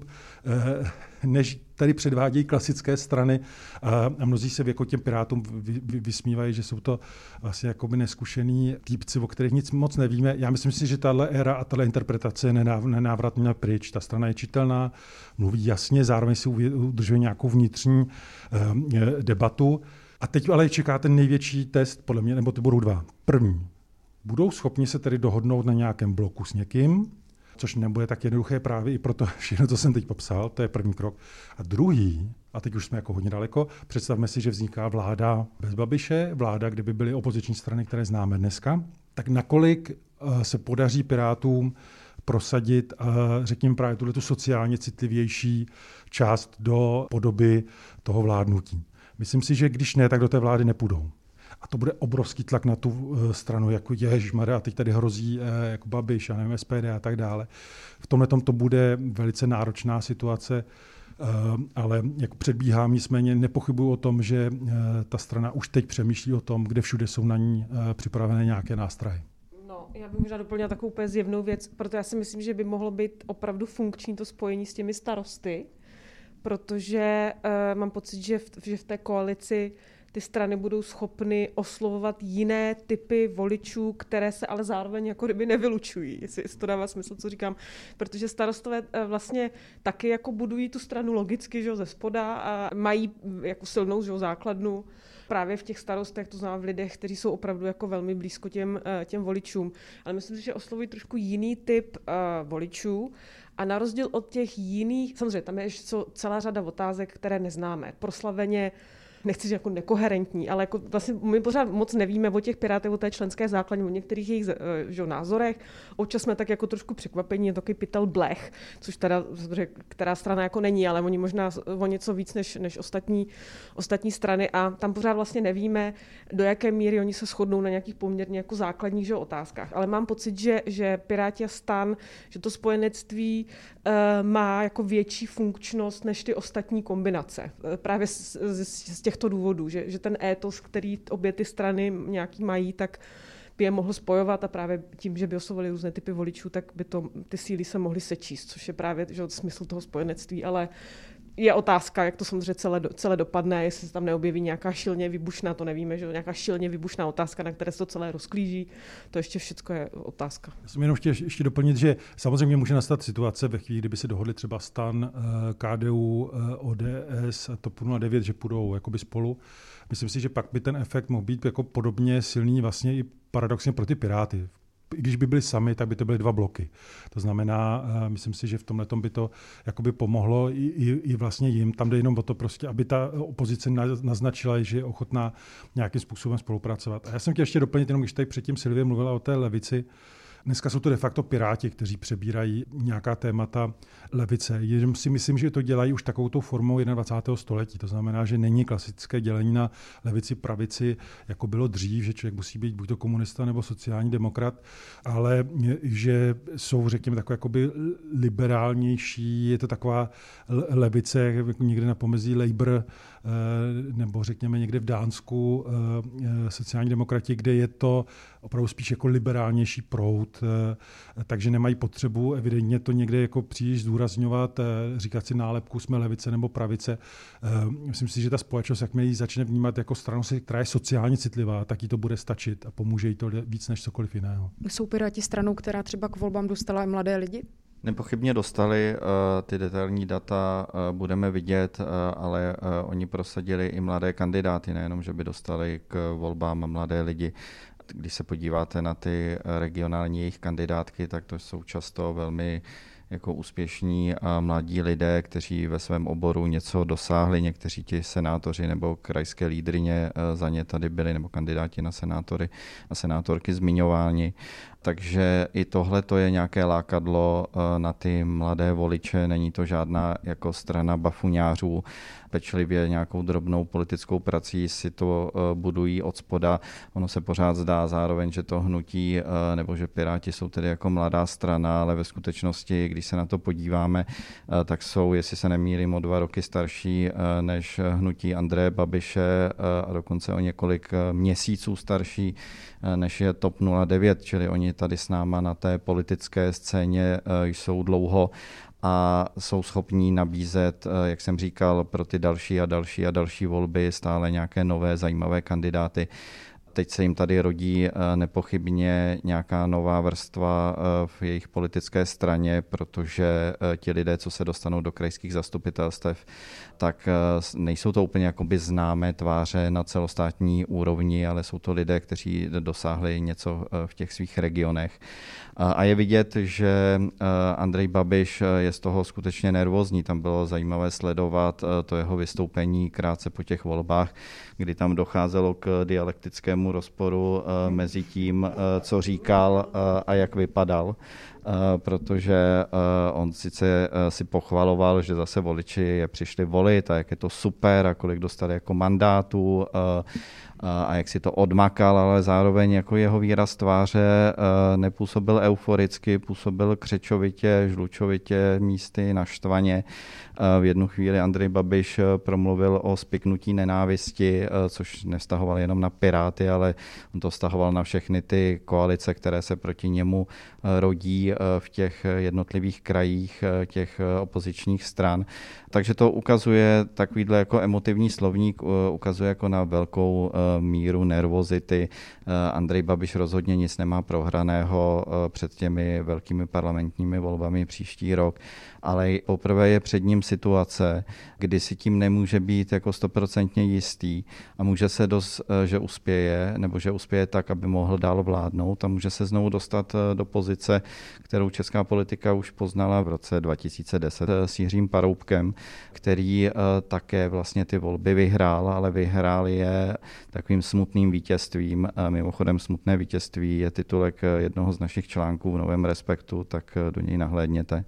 než tady předvádějí klasické strany a, a mnozí se jako těm Pirátům vy, vy, vysmívají, že jsou to vlastně jakoby neskušený týpci, o kterých nic moc nevíme. Já myslím si, že tahle éra a tahle interpretace je nenávratně pryč. Ta strana je čitelná, mluví jasně, zároveň si udržuje nějakou vnitřní eh, debatu. A teď ale čeká ten největší test, podle mě, nebo ty budou dva. První, budou schopni se tedy dohodnout na nějakém bloku s někým, což nebude tak jednoduché právě i proto všechno, co jsem teď popsal, to je první krok. A druhý, a teď už jsme jako hodně daleko, představme si, že vzniká vláda bez Babiše, vláda, kde by byly opoziční strany, které známe dneska, tak nakolik se podaří Pirátům prosadit, řekněme právě tuhle tu sociálně citlivější část do podoby toho vládnutí. Myslím si, že když ne, tak do té vlády nepůjdou. A to bude obrovský tlak na tu stranu, jako ježišmarja, a teď tady hrozí jako Babiš, a nevím, S P D a tak dále. V tomhle tom to bude velice náročná situace, ale jako předbíhám, nicméně nepochybuji o tom, že ta strana už teď přemýšlí o tom, kde všude jsou na ní připravené nějaké nástrahy. No, já bych možná doplnila takovou úplně zjevnou věc, protože já si myslím, že by mohlo být opravdu funkční to spojení s těmi starosty, protože uh, mám pocit, že v, že v té koalici ty strany budou schopny oslovovat jiné typy voličů, které se ale zároveň jako kdyby nevylučují, jestli, jestli to dává smysl, co říkám, protože starostové vlastně taky jako budují tu stranu logicky, že jo, ze spoda a mají jako silnou, že jo, základnu právě v těch starostech, to znamená v lidech, kteří jsou opravdu jako velmi blízko těm, těm voličům. Ale myslím si, že oslovují trošku jiný typ uh, voličů. A na rozdíl od těch jiných, samozřejmě tam je ještě celá řada otázek, které neznáme. Proslaveně, nechci říct jako nekoherentní, ale jako vlastně my pořád moc nevíme o těch Pirátech, o té členské základně, o některých jejich že, názorech. Občas jsme tak jako trošku překvapení, je takový pytel blech, což teda, která strana jako není, ale oni možná o něco víc než, než ostatní, ostatní strany a tam pořád vlastně nevíme, do jaké míry oni se shodnou na nějakých poměrně jako základních že, otázkách. Ale mám pocit, že, že Piráti a STAN, že to spojenectví uh, má jako větší funkčnost než ty ostatní kombinace. Právě z, z, z těch těchto důvodů, že, že ten étos, který obě ty strany nějaký mají, tak by je mohl spojovat a právě tím, že by oslovili různé typy voličů, tak by to, ty síly se mohly sečíst, což je právě že, smysl toho spojenectví, ale je otázka, jak to samozřejmě celé, celé dopadne, jestli se tam neobjeví nějaká šilně výbušná, to nevíme, že nějaká šilně výbušná otázka, na které se to celé rozklíží, to ještě všechno je otázka. Já jsem jenom chtěl ještě doplnit, že samozřejmě může nastat situace ve chvíli, kdyby se dohodli třeba STAN, K D U, O D S a TOP nula devět, že půjdou jakoby spolu. Myslím si, že pak by ten efekt mohl být jako podobně silný vlastně i paradoxně pro ty Piráty. I když by byli sami, tak by to byly dva bloky. To znamená, myslím si, že v tomhle by to jakoby pomohlo i, i, i vlastně jim. Tam jde jenom o to prostě, aby ta opozice naznačila, že je ochotná nějakým způsobem spolupracovat. A já jsem chtěl ještě doplnit, jenom když tady předtím Silvie mluvila o té levici, Dneska jsou to de facto Piráti, kteří přebírají nějaká témata levice. Jenom si myslím, že to dělají už takovou formou dvacátého prvního století. To znamená, že není klasické dělení na levici, pravici, jako bylo dřív, že člověk musí být buď to komunista nebo sociální demokrat, ale že jsou, řekněme, takové jakoby liberálnější, je to taková levice, jako někde na pomezí Labour, nebo řekněme někde v Dánsku sociální demokrati, kde je to opravdu spíš jako liberálnější proud, takže nemají potřebu evidentně to někde jako příliš zdůrazňovat, říkat si nálepku jsme levice nebo pravice. Myslím si, že ta společnost, jakmile ji začne vnímat jako stranu, která je sociálně citlivá, tak jí to bude stačit a pomůže jí to víc než cokoliv jiného. Jsou Piráti stranou, která třeba k volbám dostala i mladé lidi? Nepochybně dostali, ty detailní data budeme vidět, ale oni prosadili i mladé kandidáty, nejenom, že by dostali k volbám mladé lidi. Když se podíváte na ty regionální jejich kandidátky, tak to jsou často velmi jako úspěšní a mladí lidé, kteří ve svém oboru něco dosáhli, někteří ti senátoři nebo krajské lídryně za ně tady byli, nebo kandidáti na senátory a senátorky zmiňováni. Takže i tohle to je nějaké lákadlo na ty mladé voliče, není to žádná jako strana bafuňářů, pečlivě nějakou drobnou politickou prací si to budují od spoda. Ono se pořád zdá zároveň, že to hnutí, nebo že Piráti jsou tedy jako mladá strana, ale ve skutečnosti, když se na to podíváme, tak jsou, jestli se nemýlím, o dva roky starší než hnutí Andreje Babiše a dokonce o několik měsíců starší než je TOP nula devět, čili oni tady s náma na té politické scéně jsou dlouho a jsou schopní nabízet, jak jsem říkal, pro ty další a další a další volby stále nějaké nové zajímavé kandidáty. Teď se jim tady rodí nepochybně nějaká nová vrstva v jejich politické straně, protože ti lidé, co se dostanou do krajských zastupitelstev, tak nejsou to úplně jakoby známé tváře na celostátní úrovni, ale jsou to lidé, kteří dosáhli něco v těch svých regionech. A je vidět, že Andrej Babiš je z toho skutečně nervózní. Tam bylo zajímavé sledovat to jeho vystoupení krátce po těch volbách, kdy tam docházelo k dialektickému rozporu mezi tím, co říkal a jak vypadal. Protože on sice si pochvaloval, že zase voliči je přišli volit a jak je to super a kolik dostali jako mandátů a jak si to odmakal, ale zároveň jako jeho výraz tváře nepůsobil euforicky, působil křečovitě, žlučovitě, místy naštvaně. V jednu chvíli Andrej Babiš promluvil o spiknutí nenávisti, což nevztahoval jenom na Piráty, ale on to vztahoval na všechny ty koalice, které se proti němu rodí v těch jednotlivých krajích těch opozičních stran. Takže to ukazuje takovýhle jako emotivní slovník, ukazuje jako na velkou míru nervozity. Andrej Babiš rozhodně nic nemá prohraného před těmi velkými parlamentními volbami příští rok, ale poprvé je před ním situace, kdy si tím nemůže být jako stoprocentně jistý a může se dost, že uspěje, nebo že uspěje tak, aby mohl dál vládnout a může se znovu dostat do pozice, kterou česká politika už poznala v roce dva tisíce deset s Jiřím Paroubkem, který také vlastně ty volby vyhrál, ale vyhrál je takovým smutným vítězstvím. Mimochodem smutné vítězství je titulek jednoho z našich článků v Novém Respektu, tak do něj nahlédněte.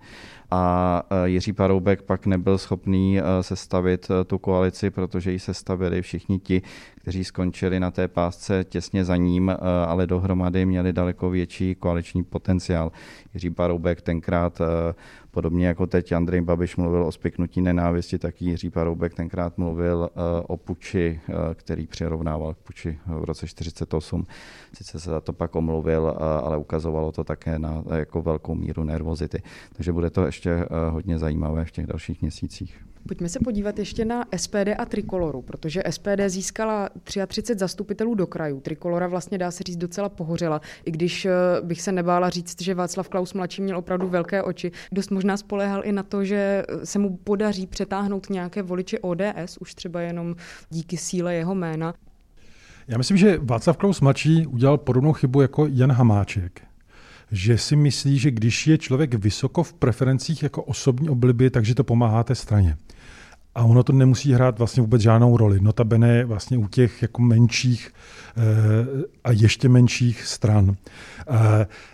A Jiří Paroubek pak nebyl schopný sestavit tu koalici, protože ji sestavili všichni ti, kteří skončili na té pásce těsně za ním, ale dohromady měli daleko větší koaliční potenciál. Jiří Paroubek tenkrát, podobně jako teď Andrej Babiš mluvil o spiknutí nenávisti, tak Jiří Paroubek tenkrát mluvil o puči, který přirovnával k puči v roce čtyřicet osm. Sice se za to pak omluvil, ale ukazovalo to také na jako velkou míru nervozity. Takže bude to ještě hodně zajímavé v těch dalších měsících. Pojďme se podívat ještě na S P D a Trikoloru, protože S P D získala třicet tři zastupitelů do krajů. Trikolora vlastně, dá se říct, docela pohořela, i když bych se nebála říct, že Václav Klaus mladší měl opravdu velké oči. Dost možná spoléhal i na to, že se mu podaří přetáhnout nějaké voliče O D S, už třeba jenom díky síle jeho jména. Já myslím, že Václav Klaus mladší udělal podobnou chybu jako Jan Hamáček. Že si myslí, že když je člověk vysoko v preferencích jako osobní obliby, takže to pomáhá té straně. A ono to nemusí hrát vlastně vůbec žádnou roli. Notabene vlastně u těch jako menších e, a ještě menších stran. E,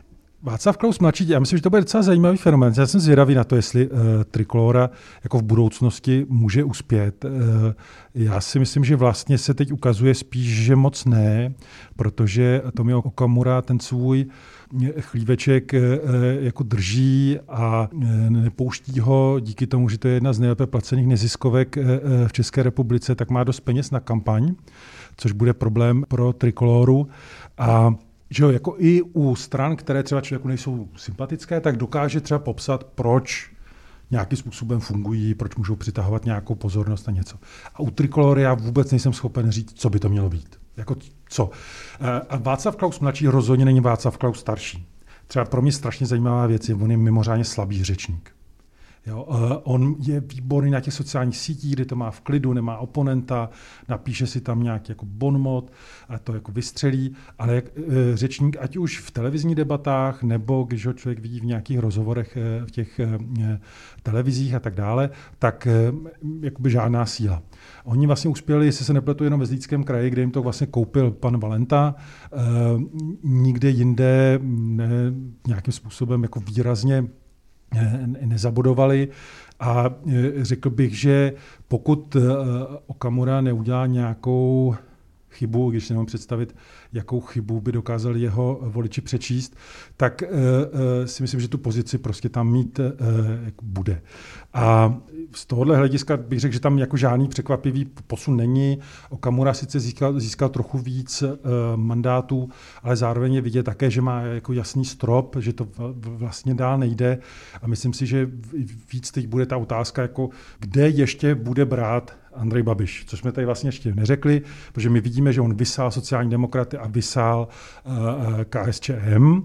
Václav Klaus mladší, já myslím, že to bude docela zajímavý fenomén. Já jsem zvědavý na to, jestli uh, Trikolóra jako v budoucnosti může uspět. Uh, já si myslím, že vlastně se teď ukazuje spíš, že moc ne, protože Tomio Okamura ten svůj chlíveček uh, jako drží a uh, nepouští ho díky tomu, že to je jedna z nejlépe placených neziskovek uh, v České republice, tak má dost peněz na kampaň, což bude problém pro Trikolóru. A že jo, jako i u stran, které třeba člověku nejsou sympatické, tak dokáže třeba popsat, proč nějakým způsobem fungují, proč můžou přitahovat nějakou pozornost a něco. A u Trikolory já vůbec nejsem schopen říct, co by to mělo být. Jako co. A Václav Klaus mladší rozhodně není Václav Klaus starší. Třeba pro mě strašně zajímavá věc je, on je mimořádně slabý řečník. Jo, on je výborný na těch sociálních sítích, kde to má v klidu, nemá oponenta, napíše si tam nějaký jako bonmot a to jako vystřelí, ale jak řečník, ať už v televizních debatách, nebo když ho člověk vidí v nějakých rozhovorech v těch televizích a tak dále, tak jakoby žádná síla. Oni vlastně uspěli, jestli se nepletu, jenom ve Zlínském kraji, kde jim to vlastně koupil pan Valenta, nikde jinde ne, nějakým způsobem jako výrazně nezabudovali a řekl bych, že pokud Okamura neudělá nějakou chybu, když si nemám představit, jakou chybu by dokázali jeho voliči přečíst, tak uh, uh, si myslím, že tu pozici prostě tam mít uh, bude. A z tohohle hlediska bych řekl, že tam jako žádný překvapivý posun není. Okamura sice získal, získal trochu víc uh, mandátů, ale zároveň je vidět také, že má jako jasný strop, že to vlastně dál nejde. A myslím si, že víc teď bude ta otázka, jako kde ještě bude brát Andrej Babiš, což jsme tady vlastně ještě neřekli, protože my vidíme, že on vysál sociální demokraty a vysál uh, K S Č M.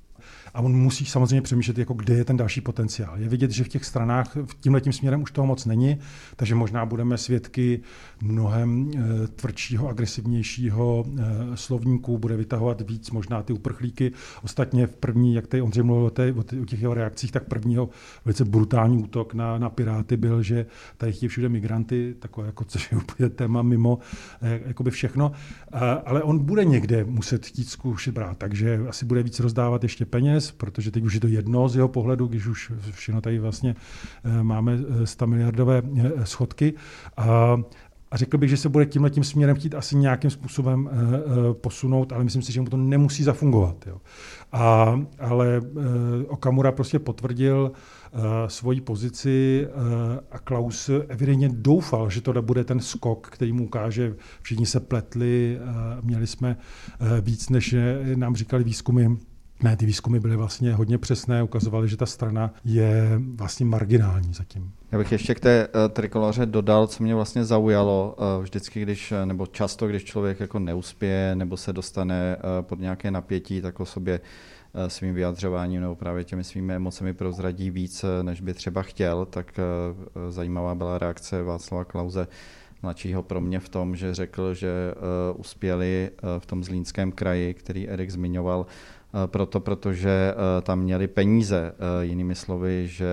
A on musí samozřejmě přemýšlet, jako kde je ten další potenciál. Je vidět, že v těch stranách tímhletím směrem už toho moc není, takže možná budeme svědky mnohem e, tvrdšího, agresivnějšího e, slovníku, bude vytahovat víc možná ty uprchlíky. Ostatně v první, jak tady Ondřej mluvil o, té, o těch jeho reakcích, tak prvního velice brutální útok na, na Piráty byl, že tady chtějí všude migranty, takové jako, což je úplně téma mimo e, jakoby všechno. A, ale on bude někde muset chtít zkoušet brát, takže asi bude víc rozdávat ještě peněz, protože teď už je to jedno z jeho pohledu, když už všechno tady vlastně máme sto miliardové schodky. A, a řekl bych, že se bude tímhletím směrem chtít asi nějakým způsobem posunout, ale myslím si, že mu to nemusí zafungovat. Jo. A, ale Okamura prostě potvrdil svoji pozici a Klaus evidentně doufal, že to bude ten skok, který mu ukáže, všichni se pletli, měli jsme víc, než nám říkali výzkumy. Ne, ty výzkumy byly vlastně hodně přesné, ukazovaly, že ta strana je vlastně marginální zatím. Já bych ještě k té uh, Trikoloře dodal, co mě vlastně zaujalo uh, vždycky, když, nebo často, když člověk jako neuspěje nebo se dostane uh, pod nějaké napětí, tak o sobě uh, svým vyjadřováním nebo právě těmi svými emocemi prozradí víc, než by třeba chtěl, tak uh, zajímavá byla reakce Václava Klause mladšího pro mě v tom, že řekl, že uh, uspěli uh, v tom Zlínském kraji, který Erik zmiňoval, proto, protože tam měli peníze. Jinými slovy, že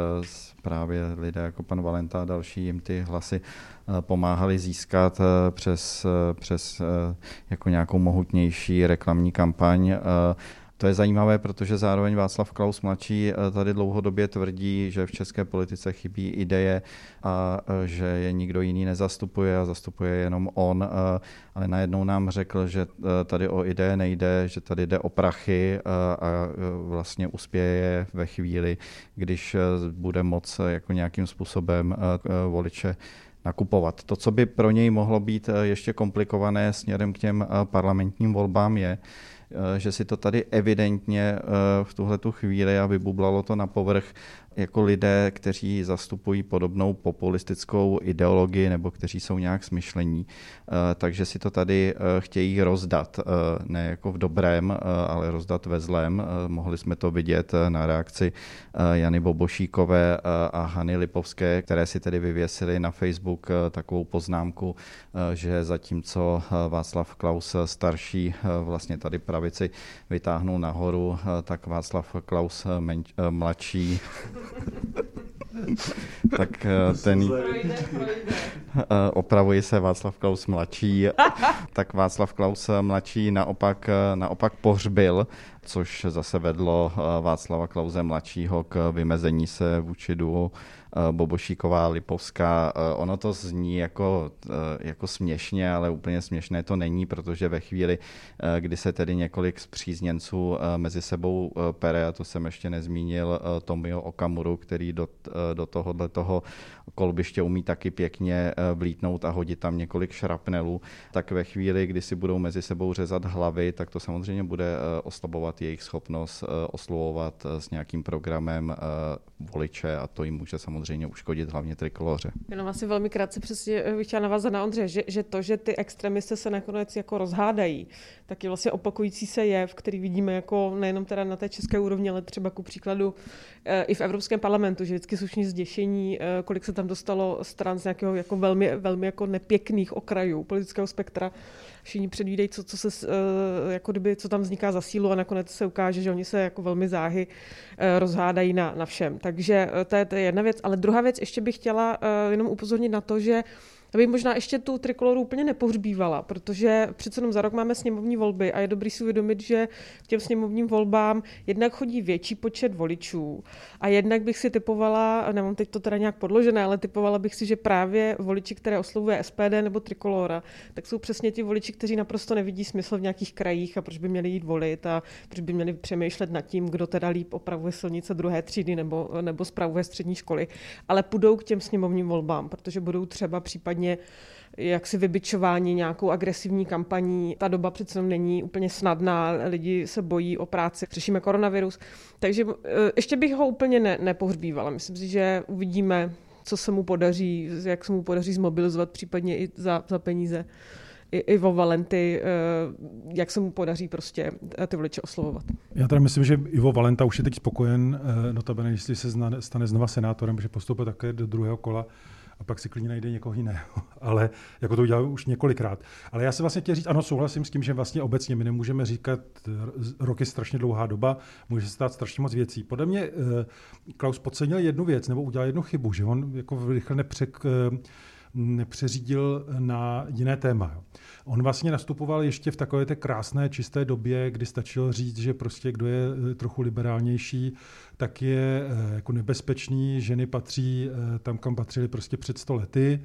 právě lidé jako pan Valenta a další jim ty hlasy pomáhali získat přes, přes jako nějakou mohutnější reklamní kampaň. To je zajímavé, protože zároveň Václav Klaus mladší tady dlouhodobě tvrdí, že v české politice chybí ideje a že je nikdo jiný nezastupuje a zastupuje jenom on, ale najednou nám řekl, že tady o ideje nejde, že tady jde o prachy a vlastně uspěje ve chvíli, když bude moc jako nějakým způsobem voliče nakupovat. To, co by pro něj mohlo být ještě komplikované směrem k těm parlamentním volbám, je, že si to tady evidentně v tuhletu chvíli a vybublalo to na povrch jako lidé, kteří zastupují podobnou populistickou ideologii nebo kteří jsou nějak smyšlení. Takže si to tady chtějí rozdat, ne jako v dobrém, ale rozdat ve zlém. Mohli jsme to vidět na reakci Jany Bobošíkové a Hany Lipovské, které si tedy vyvěsily na Facebook takovou poznámku, že zatímco Václav Klaus starší vlastně tady pravici vytáhnul nahoru, tak Václav Klaus menč, mladší tak ten, Opravuji se, Václav Klaus mladší. Tak Václav Klaus mladší naopak, naopak pohřbil, což zase vedlo Václava Klause mladšího k vymezení se vůči duo Bobošíková, Lipovská. Ono to zní jako, jako směšně, ale úplně směšné to není, protože ve chvíli, kdy se tedy několik spřízněnců mezi sebou pere, a to jsem ještě nezmínil, Tomio Okamuru, který do, do tohohle toho kolbiště umí taky pěkně vlítnout a hodit tam několik šrapnelů, tak ve chvíli, kdy si budou mezi sebou řezat hlavy, tak to samozřejmě bude oslabovat jejich schopnost oslovovat s nějakým programem voliče a to jim může samozřejmě uškodit hlavně Trikoloře. Jenom asi velmi krátce přesně bych chtěla navázat na Ondřeje, že, že to, že ty extremisté se nakonec jako rozhádají, tak je vlastně opakující se jev, který vidíme jako nejenom teda na té české úrovni, ale třeba ku příkladu i v Evropském parlamentu, že vždycky slušní zděšení, kolik se tam dostalo stran z nějakého jako velmi, velmi jako nepěkných okrajů politického spektra. Všichni předvídají, co, co, se, jako kdyby, co tam vzniká za sílu a nakonec se ukáže, že oni se jako velmi záhy rozhádají na, na všem. Takže to je, to je jedna věc. Ale druhá věc, ještě bych chtěla jenom upozornit na to, že aby možná ještě tu Trikoloru úplně nepohřbívala, protože přece jenom za rok máme sněmovní volby a je dobrý si uvědomit, že k těm sněmovním volbám jednak chodí větší počet voličů a jednak bych si typovala, nemám teď to teda nějak podložené, ale typovala bych si, že právě voliči, které oslovuje S P D nebo Trikolora, tak jsou přesně ti voliči, kteří naprosto nevidí smysl v nějakých krajích a proč by měli jít volit a proč by měli přemýšlet nad tím, kdo teda líp opravuje silnice druhé třídy nebo, nebo spravuje střední školy, ale půjdou k těm sněmovním volbám, protože budou třeba případně jaksi vybičování nějakou agresivní kampaní. Ta doba přece není úplně snadná, lidi se bojí o práci, řešíme koronavirus. Takže ještě bych ho úplně ne, nepohřbívala. Myslím si, že uvidíme, co se mu podaří, jak se mu podaří zmobilizovat případně i za, za peníze. I, i vo Valenty, jak se mu podaří prostě ty voliče oslovovat. Já teda myslím, že Ivo Valenta už je teď spokojen, notabene, jestli se stane znova senátorem, že postoupil také do druhého kola, a pak si klidně najde někoho jiného, ale jako to udělal už několikrát. Ale já se vlastně chtěl říct, ano, souhlasím s tím, že vlastně obecně my nemůžeme říkat, rok je strašně dlouhá doba, může se stát strašně moc věcí. Podle mě Klaus podcenil jednu věc, nebo udělal jednu chybu, že on jako rychle nepřek, nepřeřídil na jiné téma. On vlastně nastupoval ještě v takové té krásné, čisté době, kdy stačilo říct, že prostě kdo je trochu liberálnější, tak je jako nebezpečný, ženy patří tam, kam patřily prostě před sto lety.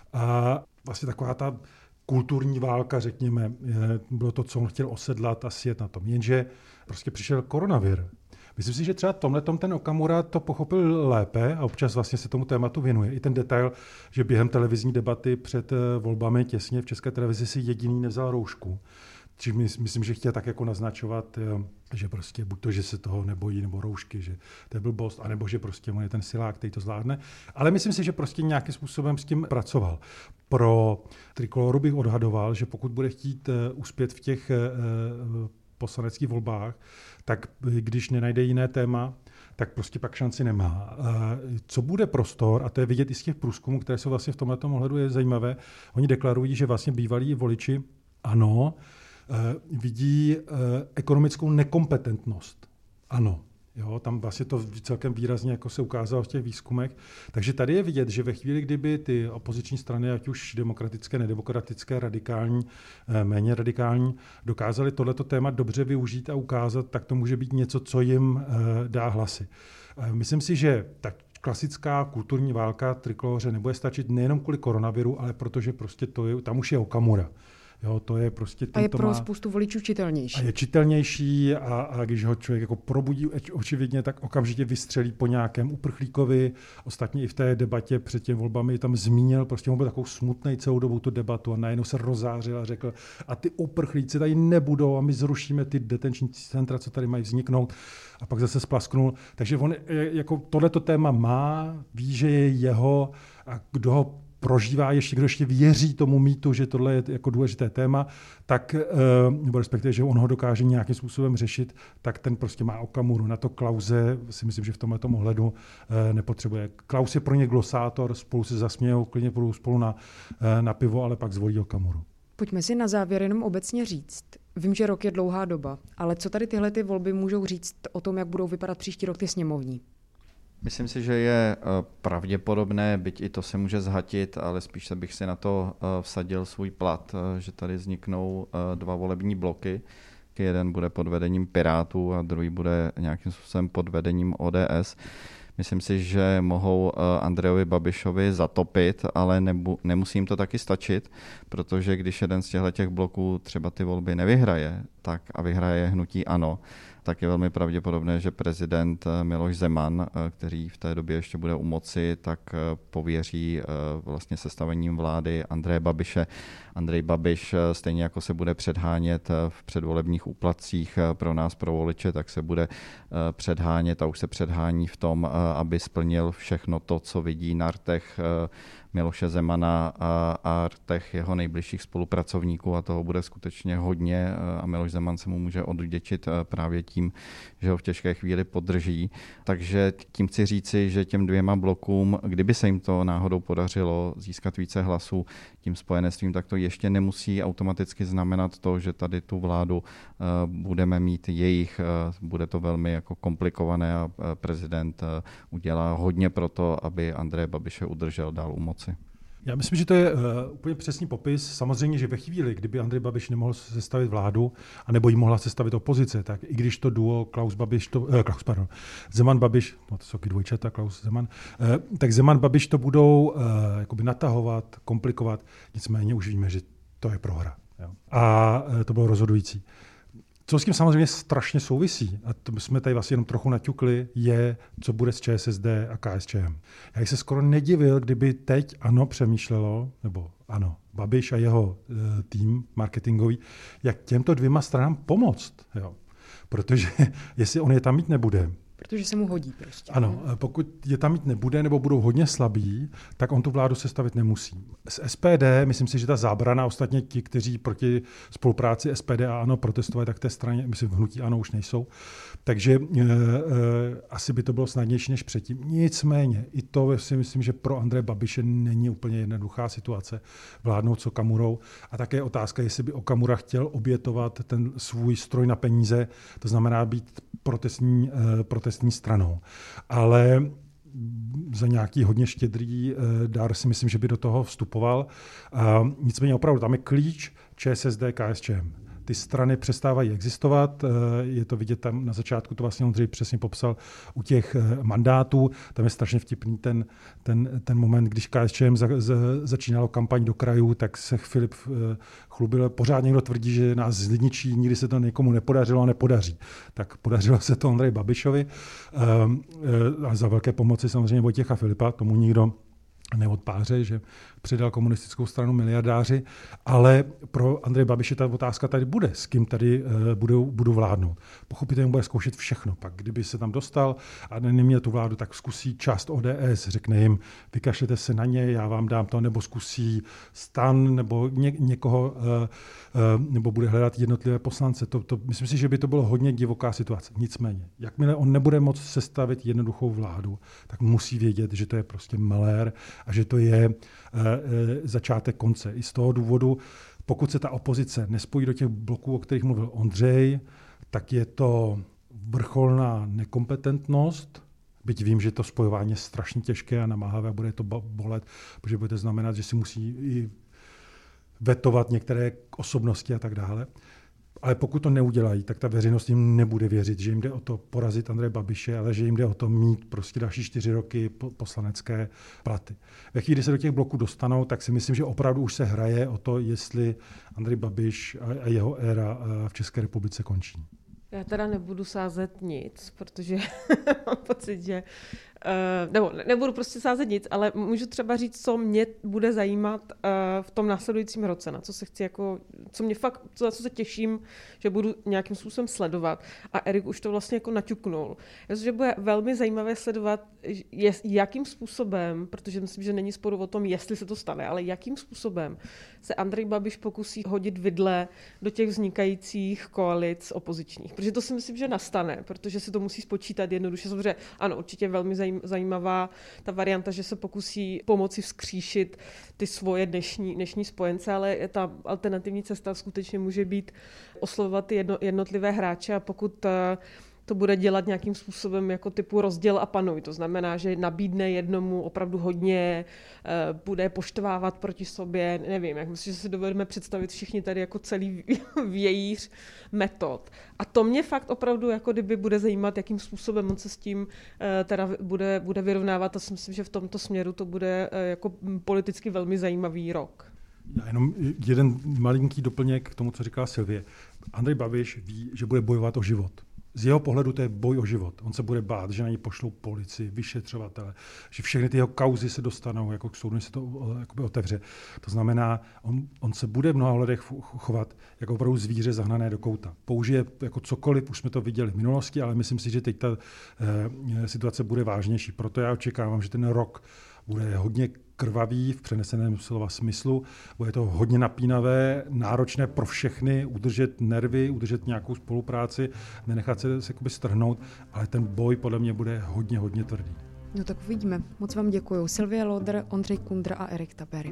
A vlastně taková ta kulturní válka, řekněme, bylo to, co on chtěl osedlat a sjet na tom. Jenže prostě přišel koronavir. Myslím si, že třeba tomhletom ten Okamura to pochopil lépe a občas vlastně se tomu tématu věnuje. I ten detail, že během televizní debaty před volbami těsně v České televizi si jediný nevzal roušku. Čiž myslím, že chtěl tak jako naznačovat, že prostě buď to, že se toho nebojí, nebo roušky, že to je blbost, anebo že prostě on je ten silák, který to zvládne. Ale myslím si, že prostě nějakým způsobem s tím pracoval. Pro Trikoloru bych odhadoval, že pokud bude chtít uspět v těch poslaneckých volbách, tak když nenajde jiné téma, tak prostě pak šanci nemá. Co bude prostor, a to je vidět i z těch průzkumů, které jsou vlastně v tomto ohledu je zajímavé, oni deklarují, že vlastně bývalí voliči, ano, vidí ekonomickou nekompetentnost. Ano. Jo, tam vlastně to celkem výrazně jako se ukázalo v těch výzkumech. Takže tady je vidět, že ve chvíli, kdyby ty opoziční strany, ať už demokratické, nedemokratické, radikální, méně radikální, dokázaly tohleto téma dobře využít a ukázat, tak to může být něco, co jim dá hlasy. Myslím si, že ta klasická kulturní válka Trikoloře nebude stačit nejenom kvůli koronaviru, ale protože prostě to je, tam už je Okamura. Jo, to je prostě a je pro má, spoustu voličů čitelnější. A je čitelnější a, a když ho člověk jako probudí očividně, tak okamžitě vystřelí po nějakém uprchlíkovi. Ostatně i v té debatě před těmi volbami tam zmínil, prostě on byl takovou smutnej celou dobu tu debatu a najednou se rozářil a řekl, a ty uprchlíci tady nebudou a my zrušíme ty detenční centra, co tady mají vzniknout. A pak zase splasknul. Takže on jako tohleto téma má, ví, že je jeho a kdo ho prožívá ještě, kdo ještě věří tomu mýtu, že tohle je jako důležité téma, tak, nebo respektive, že on ho dokáže nějakým způsobem řešit, tak ten prostě má Okamuru. Na to Klause si myslím, že v tomto ohledu nepotřebuje. Klaus je pro ně glosátor, spolu se zasmějou, klidně budou spolu na, na pivo, ale pak zvolí Okamuru. Pojďme si na závěr jenom obecně říct. Vím, že rok je dlouhá doba, ale co tady tyhle ty volby můžou říct o tom, jak budou vypadat příští rok ty sněmovní? Myslím si, že je pravděpodobné, byť i to se může zhatit, ale spíš bych si na to vsadil svůj plat, že tady vzniknou dva volební bloky. Jeden bude pod vedením Pirátů a druhý bude nějakým způsobem pod vedením O D S. Myslím si, že mohou Andrejovi Babišovi zatopit, ale nebu, nemusí jim to taky stačit, protože když jeden z těchto bloků třeba ty volby nevyhraje, tak a vyhraje hnutí ANO, tak je velmi pravděpodobné, že prezident Miloš Zeman, který v té době ještě bude u moci, tak pověří vlastně sestavením vlády Andreje Babiše. Andrej Babiš, stejně jako se bude předhánět v předvolebních úplatcích pro nás, pro voliče, tak se bude předhánět a už se předhání v tom, aby splnil všechno to, co vidí na rtech Miloše Zemana a rtech jeho nejbližších spolupracovníků, a toho bude skutečně hodně a Miloš Zeman se mu může odvděčit právě tím, že ho v těžké chvíli podrží. Takže tím chci říci, že těm dvěma blokům, kdyby se jim to náhodou podařilo získat více hlasů tím spojenectvím, tak to ještě nemusí automaticky znamenat to, že tady tu vládu budeme mít jejich. Bude to velmi jako komplikované a prezident udělá hodně pro to, aby Andreje Babiše udržel dál u moci. Já myslím, že to je uh, úplně přesný popis. Samozřejmě, že ve chvíli, kdyby Andrej Babiš nemohl sestavit vládu, anebo jí mohla sestavit opozice, tak i když to duo Klaus Babiš, to, uh, Klaus, pardon, Zeman Babiš, no to jsou taky dvojčata, Klaus Zeman, uh, tak Zeman Babiš to budou uh, jakoby natahovat, komplikovat, nicméně už víme, že to je prohra. Jo. A uh, to bylo rozhodující. Co s tím samozřejmě strašně souvisí, a to jsme tady vlastně jenom trochu naťukli, je, co bude s ČSSD a KSČM. Já bych se skoro nedivil, kdyby teď ANO přemýšlelo, nebo ano, Babiš a jeho e, tým marketingový, jak těmto dvěma stranám pomoct. Jo. Protože jestli on je tam mít nebude, protože se mu hodí prostě. Ano, pokud je tam mít nebude nebo budou hodně slabí, tak on tu vládu sestavit nemusí. Z S P D, myslím si, že ta zábrana, ostatně ti, kteří proti spolupráci S P D a ANO protestovali, tak té straně, myslím, v hnutí ANO už nejsou. Takže e, e, asi by to bylo snadnější než předtím. Nicméně, i to si myslím, že pro Andreje Babiše není úplně jednoduchá situace vládnout s Okamurou. A také je otázka, jestli by Okamura chtěl obětovat ten svůj stroj na peníze, to znamená být protestní, e, protestní stranou. Ale za nějaký hodně štědrý dar si myslím, že by do toho vstupoval. A nicméně opravdu tam je klíč ČSSD, KSČM. Ty strany přestávají existovat, je to vidět tam na začátku, to vlastně Ondřej přesně popsal u těch mandátů, tam je strašně vtipný ten, ten, ten moment, když KSČM za, za, začínalo kampaň do krajů, tak se Filip chlubil, pořád někdo tvrdí, že nás zničí, nikdy se to někomu nepodařilo a nepodaří. Tak podařilo se to Andreji Babišovi a za velké pomoci samozřejmě Vojtěcha Filipa, tomu nikdo neodpáře, že předal komunistickou stranu miliardáři, ale pro Andreje Babiše ta otázka tady bude, s kým tady uh, budou, budou vládnout. Pochopitelně bude zkoušet všechno. Pak, kdyby se tam dostal a neměl tu vládu, tak zkusí část O D S, řekne jim, vykašlete se na ně, já vám dám to, nebo zkusí STAN, nebo ně, někoho, uh, uh, nebo bude hledat jednotlivé poslance. To, to, myslím si, že by to bylo hodně divoká situace. Nicméně, jakmile on nebude moct sestavit jednoduchou vládu, tak musí vědět, že to je prostě malér a že to je začátek konce. I z toho důvodu, pokud se ta opozice nespojí do těch bloků, o kterých mluvil Ondřej, tak je to vrcholná nekompetentnost, byť vím, že to spojování je strašně těžké a namáhavé, bude to bolet, protože bude to znamenat, že si musí i vetovat některé osobnosti a tak dále. Ale pokud to neudělají, tak ta veřejnost jim nebude věřit, že jim jde o to porazit Andreje Babiše, ale že jim jde o to mít prostě další čtyři roky poslanecké platy. Ve chvíli, kdy se do těch bloků dostanou, tak si myslím, že opravdu už se hraje o to, jestli Andrej Babiš a jeho éra v České republice končí. Já teda nebudu sázet nic, protože mám pocit, že Uh, nebo nebudu prostě sázet nic, ale můžu třeba říct, co mě bude zajímat uh, v tom následujícím roce, na co se chci jako, co mě fakt, co, na co se těším, že budu nějakým způsobem sledovat. A Erik už to vlastně jako naťuknul. Protože bude velmi zajímavé sledovat, je, jakým způsobem, protože myslím, že není sporu o tom, jestli se to stane, ale jakým způsobem se Andrej Babiš pokusí hodit vidle do těch vznikajících koalic opozičních. Protože to si myslím, že nastane, protože si to musí spočítat jednoduše. Samozřejmě, ano, určitě velmi zajímavé zajímavá ta varianta, že se pokusí pomoci vzkříšit ty svoje dnešní, dnešní spojence, ale ta alternativní cesta skutečně může být oslovovat ty jedno, jednotlivé hráče a pokud to bude dělat nějakým způsobem jako typu rozděl a panuj. To znamená, že nabídne jednomu opravdu hodně, bude poštvávat proti sobě, nevím, jak myslím, že si dovedeme představit všichni tady jako celý vějíř metod. A to mě fakt opravdu jako kdyby bude zajímat, jakým způsobem on se s tím teda bude, bude vyrovnávat a si myslím, že v tomto směru to bude jako politicky velmi zajímavý rok. Já jenom jeden malinký doplněk k tomu, co říkala Sylvie. Andrej Babiš ví, že bude bojovat o život. Z jeho pohledu to je boj o život. On se bude bát, že na něj pošlou policii, vyšetřovatele, že všechny ty jeho kauzy se dostanou, jako k soudu se to jakoby otevře. To znamená, on, on se bude v mnoha ohledech chovat jako opravdu zvíře zahnané do kouta. Použije jako cokoliv, už jsme to viděli v minulosti, ale myslím si, že teď ta eh, situace bude vážnější. Proto já očekávám, že ten rok bude hodně krvavý v přeneseném slova smyslu. Bude to hodně napínavé, náročné pro všechny, udržet nervy, udržet nějakou spolupráci, nenechat se, se jakoby strhnout, ale ten boj podle mě bude hodně, hodně tvrdý. No tak uvidíme. Moc vám děkuju. Sylvie Lodr, Ondřej Kundra a Erik Tabery.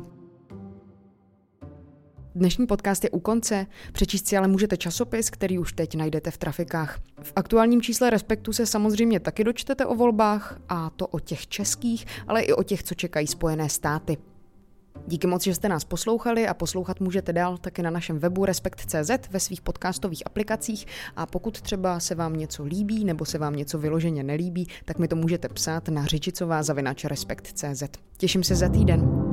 Dnešní podcast je u konce, přečíst si ale můžete časopis, který už teď najdete v trafikách. V aktuálním čísle Respektu se samozřejmě taky dočtete o volbách, a to o těch českých, ale i o těch, co čekají Spojené státy. Díky moc, že jste nás poslouchali a poslouchat můžete dál taky na našem webu respekt tečka cé zet, ve svých podcastových aplikacích a pokud třeba se vám něco líbí nebo se vám něco vyloženě nelíbí, tak mi to můžete psát na řičicová zavináč respekt tečka cé zet. Těším se za týden.